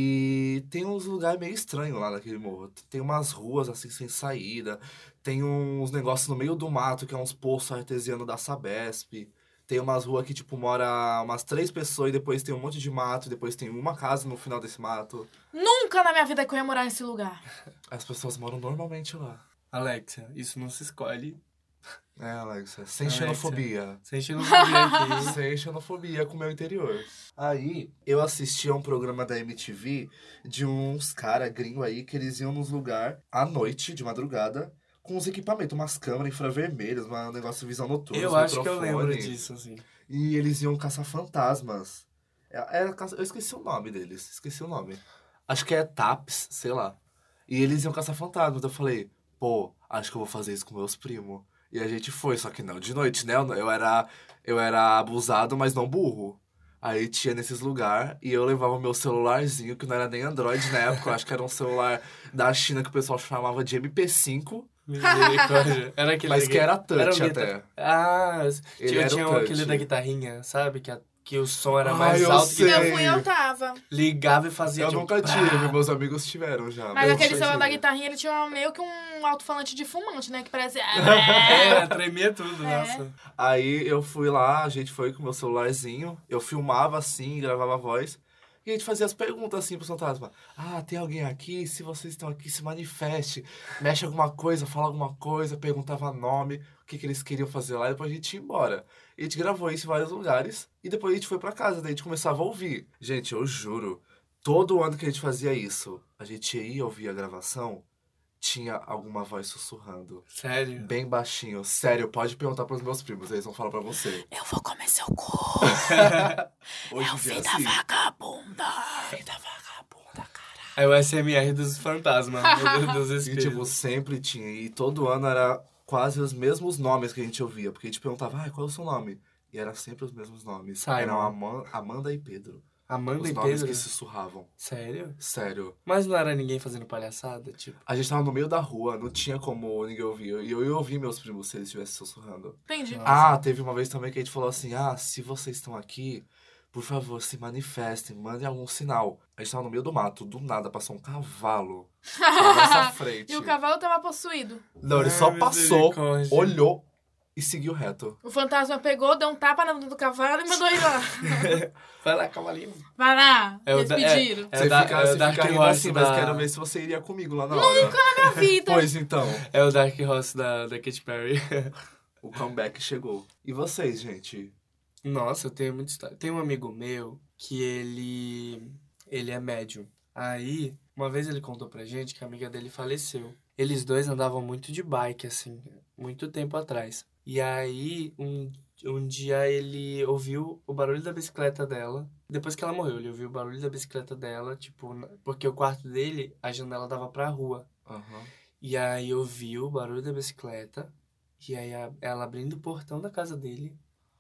Speaker 3: E tem uns lugares meio estranhos lá naquele morro. Tem umas ruas, assim, sem saída. Tem uns negócios no meio do mato, que é uns poços artesianos da Sabesp. Tem umas ruas que, tipo, mora umas três pessoas e depois tem um monte de mato, e depois tem uma casa no final desse mato.
Speaker 2: Nunca na minha vida que eu ia morar nesse lugar.
Speaker 3: As pessoas moram normalmente lá.
Speaker 1: Alexia, isso não se escolhe.
Speaker 3: É, Alexa, sem
Speaker 1: Alexia.
Speaker 3: xenofobia.
Speaker 1: Sem xenofobia aqui.
Speaker 3: Sem xenofobia com o meu interior. Aí, eu assisti a um programa da M T V de uns caras gringos aí que eles iam nos lugares à noite, de madrugada, com uns equipamentos, umas câmeras infravermelhas, um negócio de visão noturna.
Speaker 1: Eu
Speaker 3: uns
Speaker 1: acho que eu lembro
Speaker 3: microfone.
Speaker 1: disso, assim.
Speaker 3: E eles iam caçar fantasmas. É- Era, caça- eu esqueci o nome deles, esqueci o nome. Acho que é TAPS, sei lá. E eles iam caçar fantasmas. Eu falei, pô, acho que eu vou fazer isso com meus primos. E a gente foi, só que não, de noite, né? Eu, eu era, eu era abusado, mas não burro. Aí tinha nesses lugares e eu levava meu celularzinho, que não era nem Android na época, eu acho que era um celular da China que o pessoal chamava de M P cinco,
Speaker 1: Misericórdia. Era aquele
Speaker 3: mas
Speaker 1: da
Speaker 3: que era
Speaker 1: gui-
Speaker 3: touch
Speaker 1: era um
Speaker 3: até.
Speaker 1: guitar- Ah,
Speaker 3: Ele
Speaker 1: tinha,
Speaker 3: era o
Speaker 1: tinha
Speaker 3: touch.
Speaker 1: aquele da guitarrinha, sabe? Que, a- que o som era
Speaker 3: Ah,
Speaker 1: mais
Speaker 3: eu
Speaker 1: alto
Speaker 3: sei.
Speaker 1: que
Speaker 2: Eu fui, eu tava.
Speaker 1: ligava e fazia
Speaker 3: Eu
Speaker 1: tipo,
Speaker 3: nunca
Speaker 1: pá.
Speaker 3: tive, meus amigos tiveram já.
Speaker 2: Mas
Speaker 3: eu
Speaker 2: aquele
Speaker 3: nunca
Speaker 2: celular da
Speaker 3: tive.
Speaker 2: guitarrinha, ele tinha meio que um alto-falante de fumante, né? Que parece...
Speaker 1: É, tremia tudo,
Speaker 2: É.
Speaker 1: nossa.
Speaker 3: Aí eu fui lá, a gente foi com o meu celularzinho, eu filmava assim, gravava a voz, e a gente fazia as perguntas assim pro fantasma. Ah, tem alguém aqui? Se vocês estão aqui, se manifeste. Mexe alguma coisa, fala alguma coisa, perguntava nome, o que, que eles queriam fazer lá, e depois a gente ia embora. E a gente gravou isso em vários lugares, e depois a gente foi pra casa, daí a gente começava a ouvir. Gente, eu juro, todo ano que a gente fazia isso, a gente ia ouvir a gravação, tinha alguma voz sussurrando.
Speaker 1: Sério.
Speaker 3: Bem baixinho. Sério, pode perguntar pros meus primos, eles vão falar pra você.
Speaker 2: Eu vou comer seu cu.
Speaker 3: Hoje
Speaker 2: É
Speaker 3: em
Speaker 2: o
Speaker 3: dia
Speaker 2: fim
Speaker 3: é
Speaker 2: da
Speaker 3: assim.
Speaker 2: vagabunda.
Speaker 3: Fim da vagabunda, cara.
Speaker 1: É o S M R dos fantasmas, do- dos
Speaker 3: E,
Speaker 1: espíritos.
Speaker 3: tipo, sempre tinha. E todo ano era quase os mesmos nomes que a gente ouvia. Porque a gente perguntava, ah, qual é o seu nome? E era sempre os mesmos nomes.
Speaker 1: Simon.
Speaker 3: Eram Aman- Amanda e Pedro.
Speaker 1: Amanda
Speaker 3: Os
Speaker 1: e
Speaker 3: nomes
Speaker 1: Pedro?
Speaker 3: que sussurravam.
Speaker 1: Sério?
Speaker 3: Sério.
Speaker 1: Mas não era ninguém fazendo palhaçada, tipo...
Speaker 3: A gente tava no meio da rua, não tinha como ninguém ouvir. E eu ia ouvir meus primos se eles estivessem sussurrando.
Speaker 2: Entendi.
Speaker 1: Nossa.
Speaker 3: Ah, teve uma vez também que a gente falou assim, ah, se vocês estão aqui, por favor, se manifestem, mandem algum sinal. A gente tava no meio do mato, do nada passou um cavalo na nossa frente.
Speaker 2: E o cavalo tava possuído.
Speaker 3: Não, ele
Speaker 1: Ai,
Speaker 3: só passou,
Speaker 1: misericórdia.
Speaker 3: olhou e seguiu reto.
Speaker 2: O fantasma pegou, deu um tapa na bunda do cavalo e mandou ir lá.
Speaker 1: Vai lá, cavalinho.
Speaker 2: Vai lá,
Speaker 1: É o
Speaker 2: eles
Speaker 1: da-
Speaker 2: pediram.
Speaker 1: É
Speaker 3: você
Speaker 1: o da-
Speaker 3: fica,
Speaker 1: é o
Speaker 3: você
Speaker 1: Dark
Speaker 3: fica rindo
Speaker 1: Horse
Speaker 3: assim, mas
Speaker 1: da-
Speaker 3: quero ver se você iria comigo lá na hora.
Speaker 2: Nunca na minha vida.
Speaker 3: Pois então,
Speaker 1: É o Dark Horse da, da Katy Perry.
Speaker 3: o comeback chegou. E vocês, gente?
Speaker 1: Nossa, eu tenho muita história. Tem um amigo meu que ele... Ele é médium. Aí, uma vez ele contou pra gente que a amiga dele faleceu. Eles dois andavam muito de bike, assim, muito tempo atrás. E aí, um, um dia ele ouviu o barulho da bicicleta dela. Depois que ela morreu, ele ouviu o barulho da bicicleta dela, tipo, na- porque o quarto dele, a janela dava pra rua.
Speaker 3: Aham.
Speaker 1: E aí ouviu o barulho da bicicleta. E aí a- ela abrindo o portão da casa dele.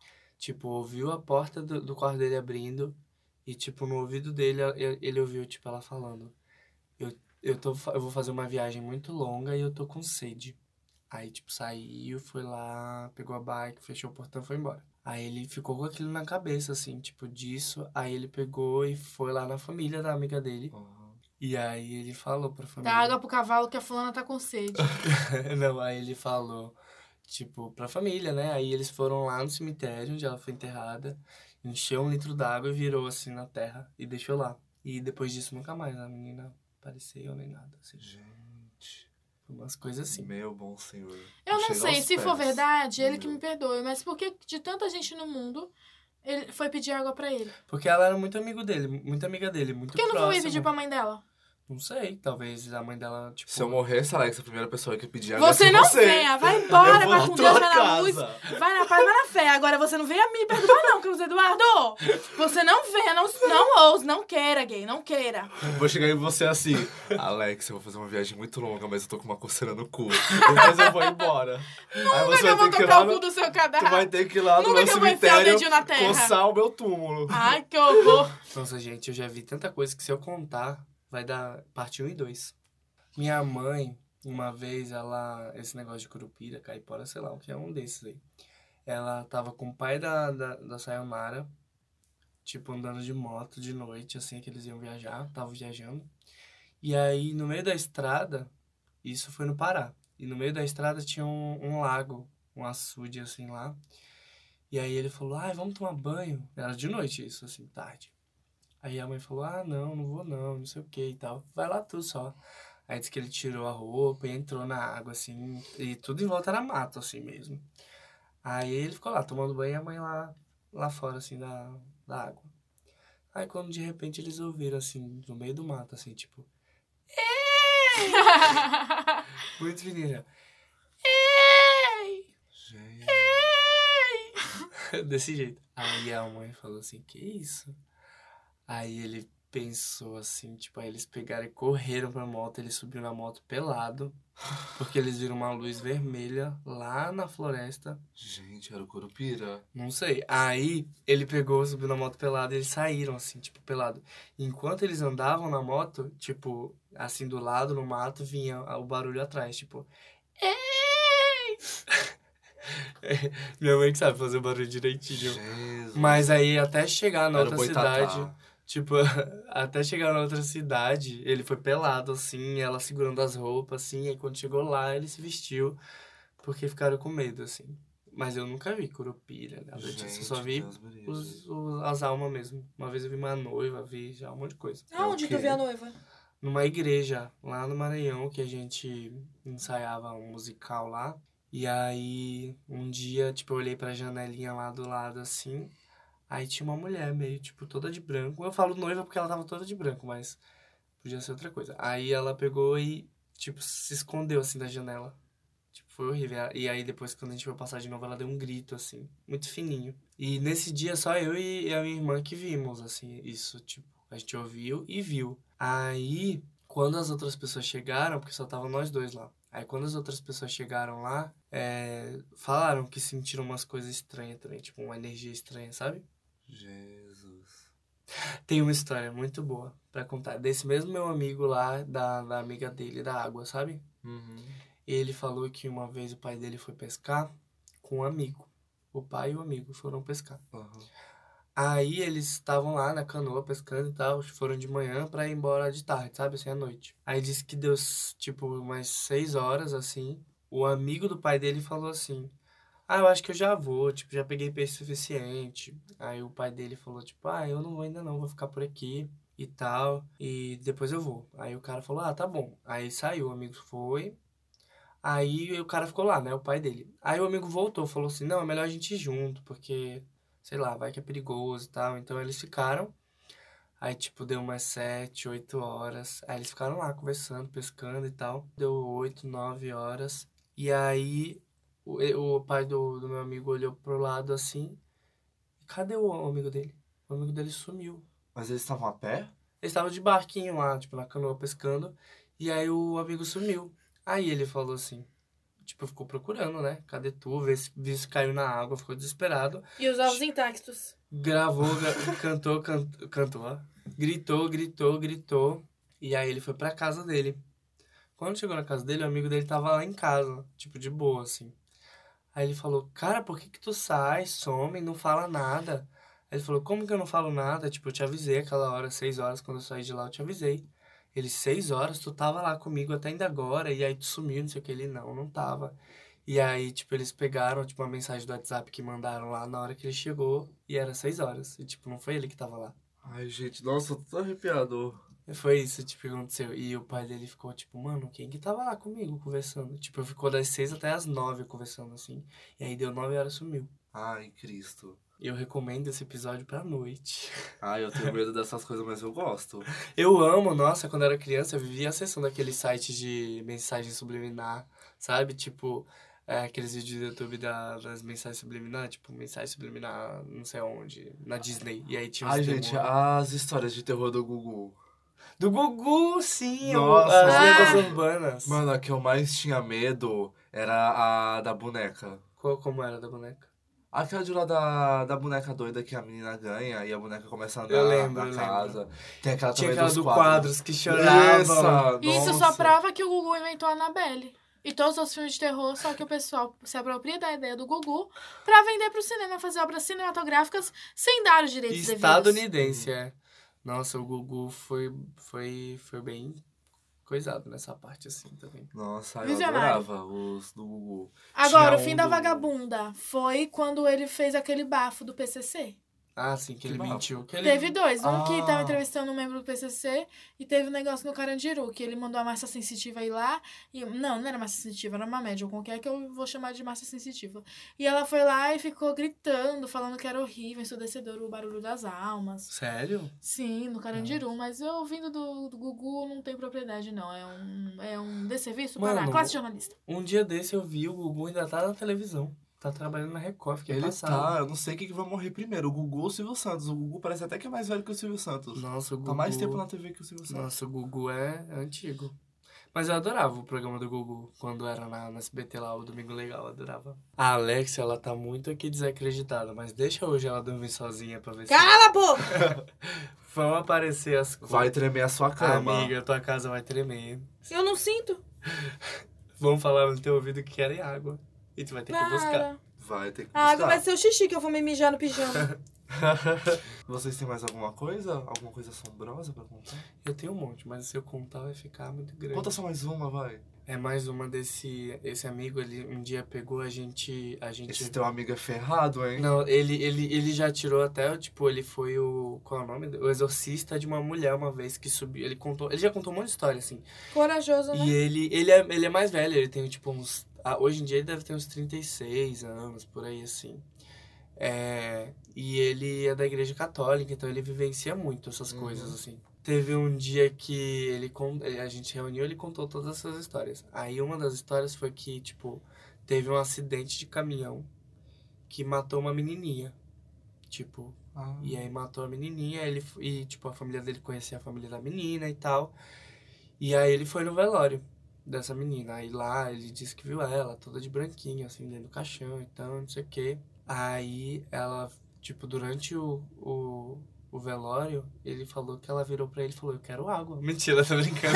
Speaker 1: Tipo, ouviu a porta do, do quarto dele abrindo. E, tipo, no ouvido dele, ele, ele ouviu, tipo, ela falando: Eu, eu, tô, fa- eu vou fazer uma viagem muito longa e eu tô com sede. Aí, tipo, saiu, foi lá, pegou a bike, fechou o portão e foi embora. Aí ele ficou com aquilo na cabeça, assim, tipo, disso. Aí ele pegou e foi lá na família da amiga dele.
Speaker 3: Aham.
Speaker 1: E aí ele falou pra
Speaker 2: Dá
Speaker 1: família.
Speaker 2: água pro cavalo que a fulana tá com sede.
Speaker 1: Não, aí ele falou, tipo, pra família, né? Aí eles foram lá no cemitério onde ela foi enterrada, encheu um litro d'água e virou assim na terra e deixou lá. E depois disso nunca mais a menina apareceu nem nada, assim.
Speaker 3: Gente,
Speaker 1: Umas coisas assim.
Speaker 3: meu bom senhor.
Speaker 2: Eu não
Speaker 3: Chega
Speaker 2: sei,
Speaker 3: aos
Speaker 2: se for
Speaker 3: pés.
Speaker 2: verdade, ele que
Speaker 3: Meu.
Speaker 2: me perdoe. Mas por que de tanta gente no mundo, ele foi pedir água pra ele?
Speaker 1: Porque ela era muito amigo dele, muito amiga dele, muito
Speaker 2: Por que não foi
Speaker 1: próximo.
Speaker 2: pedir pra mãe dela?
Speaker 1: Não sei, talvez a mãe dela, tipo...
Speaker 3: Se eu morresse, Alex, a primeira pessoa que pedir água
Speaker 2: Você
Speaker 3: ia ser
Speaker 2: não
Speaker 3: você.
Speaker 2: venha, vai embora,
Speaker 3: Eu vou
Speaker 2: vai
Speaker 3: na
Speaker 2: com
Speaker 3: tua
Speaker 2: Deus, vai na
Speaker 3: casa.
Speaker 2: luz, vai na paz, vai na fé. Agora você não venha me perdoar não, Carlos Eduardo. Você não venha, não, não ouse, não queira, gay, não queira.
Speaker 3: Vou chegar em você assim, Alex, eu vou fazer uma viagem muito longa, mas eu tô com uma coceira no cu. Depois eu vou embora. Aí
Speaker 2: Nunca
Speaker 3: você
Speaker 2: que eu
Speaker 3: vai
Speaker 2: vou
Speaker 3: ter que ir
Speaker 2: tocar
Speaker 3: lá
Speaker 2: o cu
Speaker 3: no,
Speaker 2: do seu
Speaker 3: tu
Speaker 2: cadáver.
Speaker 3: vai ter que ir lá no
Speaker 2: Nunca
Speaker 3: meu
Speaker 2: que eu vou enfiar o
Speaker 3: cemitério
Speaker 2: dedinho na terra.
Speaker 3: coçar o meu túmulo.
Speaker 2: Ai, que horror.
Speaker 1: Nossa, gente, eu já vi tanta coisa que se eu contar, vai dar parte um e dois. Minha mãe, uma vez, ela... Esse negócio de curupira, caipora, sei lá, o que é um desses aí. Ela tava com o pai da, da, da Sayonara, tipo, andando de moto de noite, assim, que eles iam viajar, estavam viajando. E aí, no meio da estrada, isso foi no Pará, e no meio da estrada tinha um, um lago, um açude, assim, lá. E aí ele falou, ai, vamos tomar banho. Era de noite isso, assim, tarde. Aí a mãe falou, ah, não, não vou não, não sei o que e tal. Vai lá tu só. Aí disse que ele tirou a roupa e entrou na água, assim, e tudo em volta era mato, assim mesmo. Aí ele ficou lá tomando banho e a mãe lá, lá fora, assim, da, da água. Aí quando de repente eles ouviram, assim, no meio do mato, assim, tipo... Ei! Muito fininho.
Speaker 2: Ei!
Speaker 3: Gente.
Speaker 2: Ei!
Speaker 1: Desse jeito. Aí a mãe falou assim, que isso? Aí ele pensou assim, tipo, aí eles pegaram e correram pra moto, ele subiu na moto pelado, porque eles viram uma luz vermelha lá na floresta,
Speaker 3: Gente, era o Curupira.
Speaker 1: não sei. Aí ele pegou, subiu na moto pelado e eles saíram assim, tipo, pelado. Enquanto eles andavam na moto, tipo, assim do lado, no mato, vinha o barulho atrás, tipo... Ei! Minha mãe que sabe fazer o barulho direitinho.
Speaker 3: Jesus.
Speaker 1: Mas aí até chegar na
Speaker 3: Era o
Speaker 1: outra
Speaker 3: Boitatá.
Speaker 1: cidade, tipo, até chegar na outra cidade, ele foi pelado, assim, ela segurando as roupas, assim, aí quando chegou lá, ele se vestiu, porque ficaram com medo, assim. Mas eu nunca vi curupira, nada disso, eu só
Speaker 3: Gente,
Speaker 1: vi
Speaker 3: Deus me livre.
Speaker 1: os, os- as almas mesmo. Uma vez eu vi uma noiva, vi já um monte de coisa.
Speaker 2: Aonde
Speaker 3: o
Speaker 2: tu
Speaker 3: quê?
Speaker 2: vê a noiva?
Speaker 1: Numa igreja, lá no Maranhão, que a gente ensaiava um musical lá. E aí, um dia, tipo, eu olhei pra janelinha lá do lado, assim, aí tinha uma mulher meio, tipo, toda de branco. Eu falo noiva porque ela tava toda de branco, mas podia ser outra coisa. Aí ela pegou e, tipo, se escondeu, assim, da janela. Tipo, foi horrível. E aí depois, quando a gente foi passar de novo, ela deu um grito, assim, muito fininho. E nesse dia, só eu e a minha irmã que vimos, assim, isso, tipo, a gente ouviu e viu. Aí, quando as outras pessoas chegaram, porque só tava nós dois lá. Aí, quando as outras pessoas chegaram lá, é, falaram que sentiram umas coisas estranhas também, tipo, uma energia estranha, sabe?
Speaker 3: Jesus.
Speaker 1: Tem uma história muito boa pra contar. Desse mesmo meu amigo lá, da, da amiga dele, da água, sabe?
Speaker 3: Uhum.
Speaker 1: Ele falou que uma vez o pai dele foi pescar com um amigo. O pai e o amigo foram pescar.
Speaker 3: Uhum.
Speaker 1: Aí eles estavam lá na canoa pescando e tal, foram de manhã pra ir embora de tarde, sabe? Assim, à noite. Aí disse que deu, tipo, umas seis horas, assim. O amigo do pai dele falou assim, ah, eu acho que eu já vou, tipo, já peguei peixe suficiente. Aí o pai dele falou, tipo, ah, eu não vou ainda não, vou ficar por aqui e tal, e depois eu vou. Aí o cara falou, ah, tá bom. Aí saiu, o amigo foi, aí o cara ficou lá, né, o pai dele. Aí o amigo voltou, falou assim, não, é melhor a gente ir junto, porque sei lá, vai que é perigoso e tal. Então eles ficaram. Aí, tipo, deu umas sete, oito horas. Aí eles ficaram lá conversando, pescando e tal. Deu oito, nove horas. E aí o, o pai do, do meu amigo olhou pro lado assim. Cadê o amigo dele? O amigo dele sumiu.
Speaker 3: Mas eles estavam a pé?
Speaker 1: Eles estavam de barquinho lá, tipo, na canoa pescando. E aí o amigo sumiu. Aí ele falou assim, tipo, ficou procurando, né? Cadê tu? Vê se, vê se caiu na água, ficou desesperado.
Speaker 2: E os ovos intactos.
Speaker 1: Gravou, gra- cantou, cantou, cantou, ó. Gritou, gritou, gritou. E aí ele foi pra casa dele. Quando chegou na casa dele, o amigo dele tava lá em casa, tipo, de boa, assim. Aí ele falou, cara, por que que tu sai, some, não fala nada? Aí ele falou, como que eu não falo nada? Tipo, eu te avisei aquela hora, seis horas, quando eu saí de lá, eu te avisei. Ele, seis horas, tu tava lá comigo até ainda agora, e aí tu sumiu, não sei o que. Ele, não, não tava. E aí, tipo, eles pegaram, tipo, uma mensagem do WhatsApp que mandaram lá na hora que ele chegou, e era seis horas. E, tipo, não foi ele que tava lá.
Speaker 3: Ai, gente, nossa, eu tô todo arrepiado.
Speaker 1: E foi isso, tipo, que aconteceu. E o pai dele ficou, tipo, mano, quem que tava lá comigo conversando? Tipo, ficou das seis até as nove conversando, assim. E aí deu nove horas e sumiu.
Speaker 3: Ai, Cristo.
Speaker 1: Eu recomendo esse episódio pra noite.
Speaker 3: Ai, eu tenho medo dessas coisas, mas eu gosto.
Speaker 1: Eu amo, nossa, quando eu era criança, eu vivia acessando aqueles sites de mensagem subliminar, sabe? Tipo, é, aqueles vídeos do YouTube da, das mensagens subliminar, tipo, mensagem subliminar não sei onde, na Disney. E aí tinha os
Speaker 3: Ai, gente,
Speaker 1: demônios.
Speaker 3: as histórias de terror do Gugu.
Speaker 1: Do Gugu, sim! o-
Speaker 3: Nossa.
Speaker 1: as
Speaker 2: Ah.
Speaker 1: lendas urbanas.
Speaker 3: Mano, a que eu mais tinha medo era a da boneca.
Speaker 1: Qual, como era da boneca?
Speaker 3: Aquela de lá da, da boneca doida que a menina ganha e a boneca começa a andar
Speaker 1: Eu lembro,
Speaker 3: na
Speaker 1: eu
Speaker 3: casa.
Speaker 1: lembro.
Speaker 3: Tem aquela
Speaker 1: Tinha
Speaker 3: também
Speaker 1: aquela
Speaker 3: dos
Speaker 1: do
Speaker 3: quadros.
Speaker 1: quadros que choravam.
Speaker 3: Essa,
Speaker 2: Isso
Speaker 3: nossa.
Speaker 2: só prova que o Gugu inventou a Annabelle. E todos os filmes de terror, só que o pessoal se apropria da ideia do Gugu pra vender pro cinema, fazer obras cinematográficas sem dar os direitos devidos.
Speaker 1: Estadunidense, é. Nossa, o Gugu foi, foi, foi bem coisado nessa parte, assim, também.
Speaker 3: Nossa, eu
Speaker 2: Visionário.
Speaker 3: adorava os do Gugu.
Speaker 2: Agora,
Speaker 1: Tinha
Speaker 2: o fim
Speaker 1: um
Speaker 2: da
Speaker 1: do-
Speaker 2: vagabunda foi quando ele fez aquele bafo do P C C.
Speaker 1: Ah, sim, que,
Speaker 3: Que
Speaker 1: ele
Speaker 3: bafo.
Speaker 1: mentiu. Que ele...
Speaker 2: Teve dois. Um que
Speaker 3: Ah.
Speaker 2: tava entrevistando um membro do P C C e teve um negócio no Carandiru, que ele mandou a Márcia Sensitiva ir lá. E, não, não era Márcia Sensitiva, era uma médium qualquer que eu vou chamar de Márcia Sensitiva. E ela foi lá e ficou gritando, falando que era horrível, ensurdecedor o barulho das almas.
Speaker 1: Sério?
Speaker 2: Sim, no Carandiru. Mas eu, ouvindo do, do Gugu, não tem propriedade, não. É um, é um desserviço para
Speaker 1: Mano,
Speaker 2: a classe jornalista.
Speaker 1: Um dia desse eu vi o Gugu ainda tá na televisão. Tá trabalhando na Record, fiquei
Speaker 3: Ele
Speaker 1: passado.
Speaker 3: tá, eu não sei quem que vai morrer primeiro, o Gugu ou o Silvio Santos. O Gugu parece até que é mais velho que o Silvio Santos.
Speaker 1: Nossa, o Gugu...
Speaker 3: Tá mais tempo na T V que o Silvio Santos.
Speaker 1: Nossa, o Gugu é antigo. Mas eu adorava o programa do Gugu, quando era na, na S B T lá, o Domingo Legal, eu adorava. A Alexia, ela tá muito aqui desacreditada, mas deixa hoje ela dormir sozinha pra ver se...
Speaker 2: Cala a boca!
Speaker 1: Vão aparecer as coisas.
Speaker 3: Vai tremer a sua cama.
Speaker 1: Amiga, tua casa vai tremer.
Speaker 2: Eu não sinto.
Speaker 1: Vão falar no teu ouvido que querem água. E tu vai ter que buscar.
Speaker 2: Para.
Speaker 3: Vai ter que
Speaker 2: A água
Speaker 3: buscar.
Speaker 2: vai ser o xixi que eu vou me mijar no pijama.
Speaker 3: Vocês têm mais alguma coisa? Alguma coisa assombrosa pra contar?
Speaker 1: Eu tenho um monte, mas se eu contar vai ficar muito grande.
Speaker 3: Conta só mais uma, vai.
Speaker 1: É mais uma desse... Esse amigo, ele um dia pegou a gente... A gente...
Speaker 3: Esse teu amigo é ferrado, hein?
Speaker 1: Não, ele, ele, ele já tirou até, tipo, ele foi o... Qual é o nome? O exorcista de uma mulher uma vez que subiu. Ele contou... Ele já contou um monte de história, assim.
Speaker 2: Corajoso, né?
Speaker 1: E ele, ele, é, ele é mais velho, ele tem, tipo, uns... ah, hoje em dia ele deve ter uns trinta e seis anos, por aí, assim. É, e ele é da igreja católica, então ele vivencia muito essas
Speaker 3: Uhum.
Speaker 1: coisas, assim. Teve um dia que ele con- a gente reuniu e ele contou todas essas histórias. Aí uma das histórias foi que, tipo, teve um acidente de caminhão que matou uma menininha. Tipo,
Speaker 3: Ah.
Speaker 1: e aí matou a menininha, ele, f- e, tipo, a família dele conhecia a família da menina e tal. E aí ele foi no velório dessa menina. Aí lá ele disse que viu ela toda de branquinho, assim, dentro do caixão e tal, não sei o quê. Aí ela, tipo, durante o, o, o velório, ele falou que ela virou pra ele e falou, eu quero água. Mentira, tô brincando.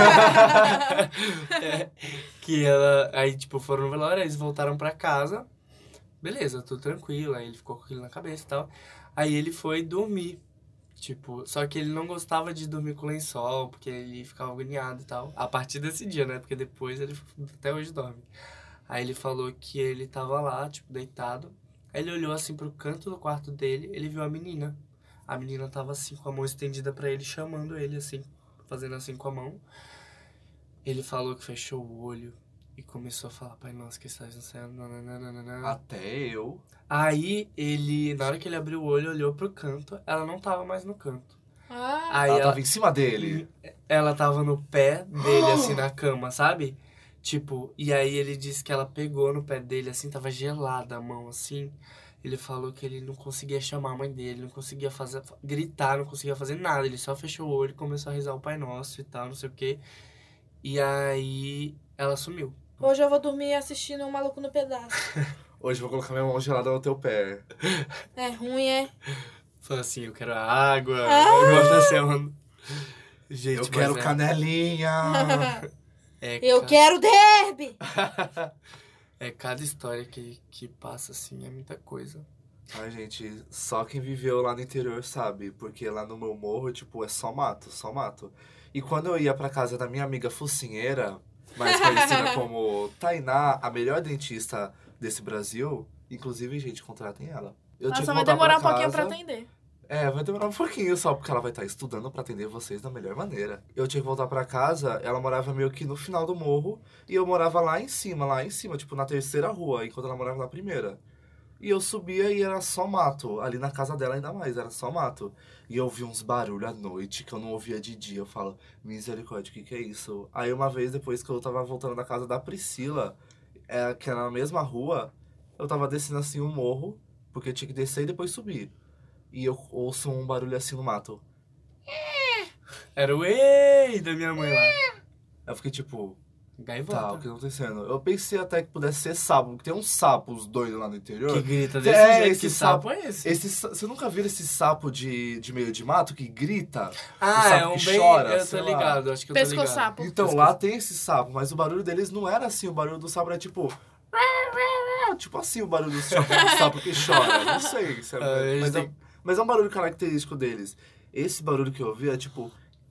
Speaker 1: É, que ela, aí, tipo, foram no velório, aí eles voltaram pra casa. Beleza, tudo tranquilo. Aí ele ficou com aquilo na cabeça e tal. Aí ele foi dormir. Tipo, só que ele não gostava de dormir com lençol, porque ele ficava agoniado e tal. A partir desse dia, né? Porque depois ele até hoje dorme. Aí ele falou que ele tava lá, tipo, deitado. Aí ele olhou assim pro canto do quarto dele, ele viu a menina. A menina tava assim, com a mão estendida pra ele, chamando ele assim, fazendo assim com a mão. Ele falou que fechou o olho E começou a falar, Pai Nosso que estás no céu, nananana.
Speaker 3: Até eu.
Speaker 1: Aí ele, na hora que ele abriu o olho, olhou pro canto, ela não tava mais no canto.
Speaker 2: Ah.
Speaker 1: Aí
Speaker 3: ela,
Speaker 1: ela
Speaker 3: tava em cima dele.
Speaker 1: Ela tava no pé dele, assim, na cama, sabe? Tipo, e aí ele disse que ela pegou no pé dele, assim, tava gelada a mão, assim. Ele falou que ele não conseguia chamar a mãe dele, não conseguia fazer, gritar, não conseguia fazer nada. Ele só fechou o olho e começou a rezar o Pai Nosso e tal, não sei o quê. E aí ela sumiu.
Speaker 2: Hoje eu vou dormir assistindo um Maluco no Pedaço.
Speaker 3: Hoje eu vou colocar minha mão gelada no teu pé.
Speaker 2: É ruim, é?
Speaker 1: Falou assim, eu quero água,
Speaker 2: Ah!
Speaker 1: eu gosto dessa onda. Gente,
Speaker 3: eu
Speaker 1: mas
Speaker 3: quero
Speaker 1: é,
Speaker 3: canelinha.
Speaker 1: é
Speaker 2: Eu
Speaker 1: ca-
Speaker 2: quero derby!
Speaker 1: É cada história que, que passa, assim, é muita coisa.
Speaker 3: Ai, gente, só quem viveu lá no interior sabe. Porque lá no meu morro, tipo, é só mato, só mato. E quando eu ia pra casa da minha amiga focinheira, mais conhecida como Tainá, a melhor dentista desse Brasil, inclusive, gente, contratem ela. Eu
Speaker 2: Ela
Speaker 3: tinha
Speaker 2: só
Speaker 3: que
Speaker 2: vai
Speaker 3: voltar
Speaker 2: demorar um
Speaker 3: pra
Speaker 2: pouquinho pra
Speaker 3: casa.
Speaker 2: atender.
Speaker 3: É, vai demorar um pouquinho só, porque ela vai estar estudando pra atender vocês da melhor maneira. Eu tinha que voltar pra casa, ela morava meio que no final do morro, e eu morava lá em cima, lá em cima, tipo, na terceira rua, enquanto ela morava na primeira. E eu subia e era só mato, ali na casa dela ainda mais, era só mato. E eu ouvi uns barulhos à noite que eu não ouvia de dia, eu falo, misericórdia, o que que é isso? Aí uma vez, depois que eu tava voltando da casa da Priscila, é, que era na mesma rua, eu tava descendo assim um morro, porque eu tinha que descer e depois subir. E eu ouço um barulho assim no mato.
Speaker 1: Era o ei da minha mãe lá.
Speaker 3: Eu fiquei tipo,
Speaker 1: Gaivota.
Speaker 3: tá, o que tá acontecendo? Eu pensei até que pudesse ser sapo, porque tem uns sapos doidos lá no interior.
Speaker 1: Que grita desse
Speaker 3: É,
Speaker 1: jeito,
Speaker 3: esse
Speaker 1: que
Speaker 3: sapo-
Speaker 1: sapo é esse?
Speaker 3: Esse, sa- você nunca viu esse sapo de, de meio de mato que grita?
Speaker 1: Ah,
Speaker 3: sapo
Speaker 1: é um
Speaker 3: que
Speaker 1: bem...
Speaker 3: chora,
Speaker 1: eu tô
Speaker 3: sei lá.
Speaker 1: ligado, acho que eu tô ligado.
Speaker 2: Pescoçapo.
Speaker 3: Então,
Speaker 1: Pescoço.
Speaker 3: lá tem esse sapo, mas o barulho deles não era assim. O barulho do sapo era tipo... Tipo assim o barulho do sapo, do sapo que chora. Não sei. Se é,
Speaker 1: Ah, eles
Speaker 3: mas, é,
Speaker 1: têm-
Speaker 3: mas é um barulho característico deles. Esse barulho que eu ouvi é tipo...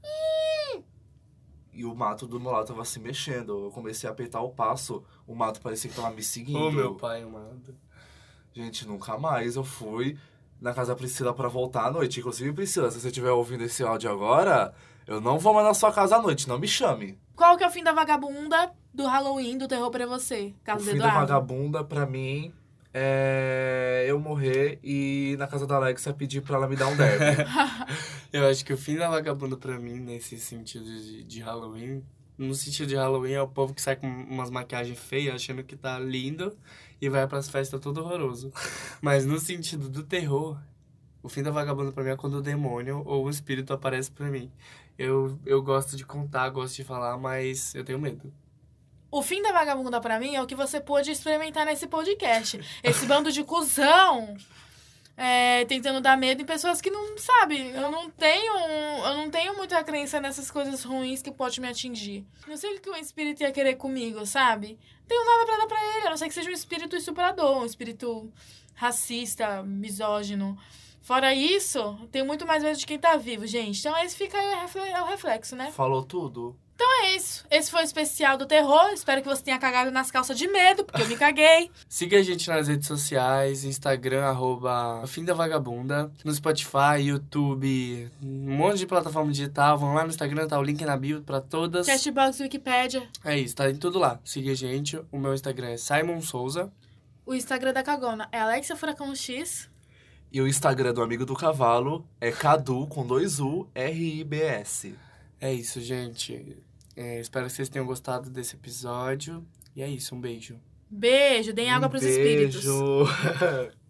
Speaker 3: E o mato do meu lado tava se mexendo. Eu comecei a apertar o passo, o mato parecia que tava me seguindo.
Speaker 1: Ô, meu pai amado.
Speaker 3: Gente, nunca mais eu fui na casa da Priscila pra voltar à noite. Inclusive, Priscila, se você estiver ouvindo esse áudio agora, eu não vou mais na sua casa à noite, não me chame.
Speaker 2: Qual que é o fim da vagabunda do Halloween, do terror pra você?
Speaker 3: O
Speaker 2: Caso do
Speaker 3: fim da
Speaker 2: Eduardo.
Speaker 3: vagabunda, pra mim, é eu morrer e ir na casa da Alexa pedir pra ela me dar um derby.
Speaker 1: Eu acho que o fim da vagabunda pra mim, nesse sentido de, de Halloween, no sentido de Halloween é o povo que sai com umas maquiagens feias, achando que tá lindo, e vai pras festas todo horroroso. Mas no sentido do terror, o fim da vagabunda pra mim é quando o demônio ou o espírito aparece pra mim. Eu, eu gosto de contar, gosto de falar, mas eu tenho medo.
Speaker 2: O fim da vagabunda pra mim é o que você pôde experimentar nesse podcast. Esse bando de cuzão é, tentando dar medo em pessoas que não, sabe, eu não tenho, eu não tenho muita crença nessas coisas ruins que pode me atingir. Não sei o que um espírito ia querer comigo, sabe? Não tenho nada pra dar pra ele, a não ser que seja um espírito estuprador, um espírito racista, misógino. Fora isso, eu tenho muito mais medo de quem tá vivo, gente. Então esse fica aí é o reflexo, né?
Speaker 3: Falou tudo.
Speaker 2: Então é isso. Esse foi o especial do terror. Espero que você tenha cagado nas calças de medo, porque eu me caguei.
Speaker 1: Siga a gente nas redes sociais, Instagram, arroba Fim da Vagabunda, no Spotify, YouTube, um monte de plataforma digital. Vão lá no Instagram, tá o link na bio pra todas.
Speaker 2: Castbox, Wikipédia.
Speaker 1: É isso, tá em tudo lá. Siga a gente. O meu Instagram é Simon Souza.
Speaker 2: O Instagram da Cagona é Alexia Furacão X.
Speaker 3: E o Instagram do Amigo do Cavalo é Cadu, com dois U, R I B S.
Speaker 1: É isso, gente. É, espero que vocês tenham gostado desse episódio. E é isso, um beijo.
Speaker 2: Beijo, deem água
Speaker 3: Um
Speaker 2: pros espíritos.
Speaker 3: beijo.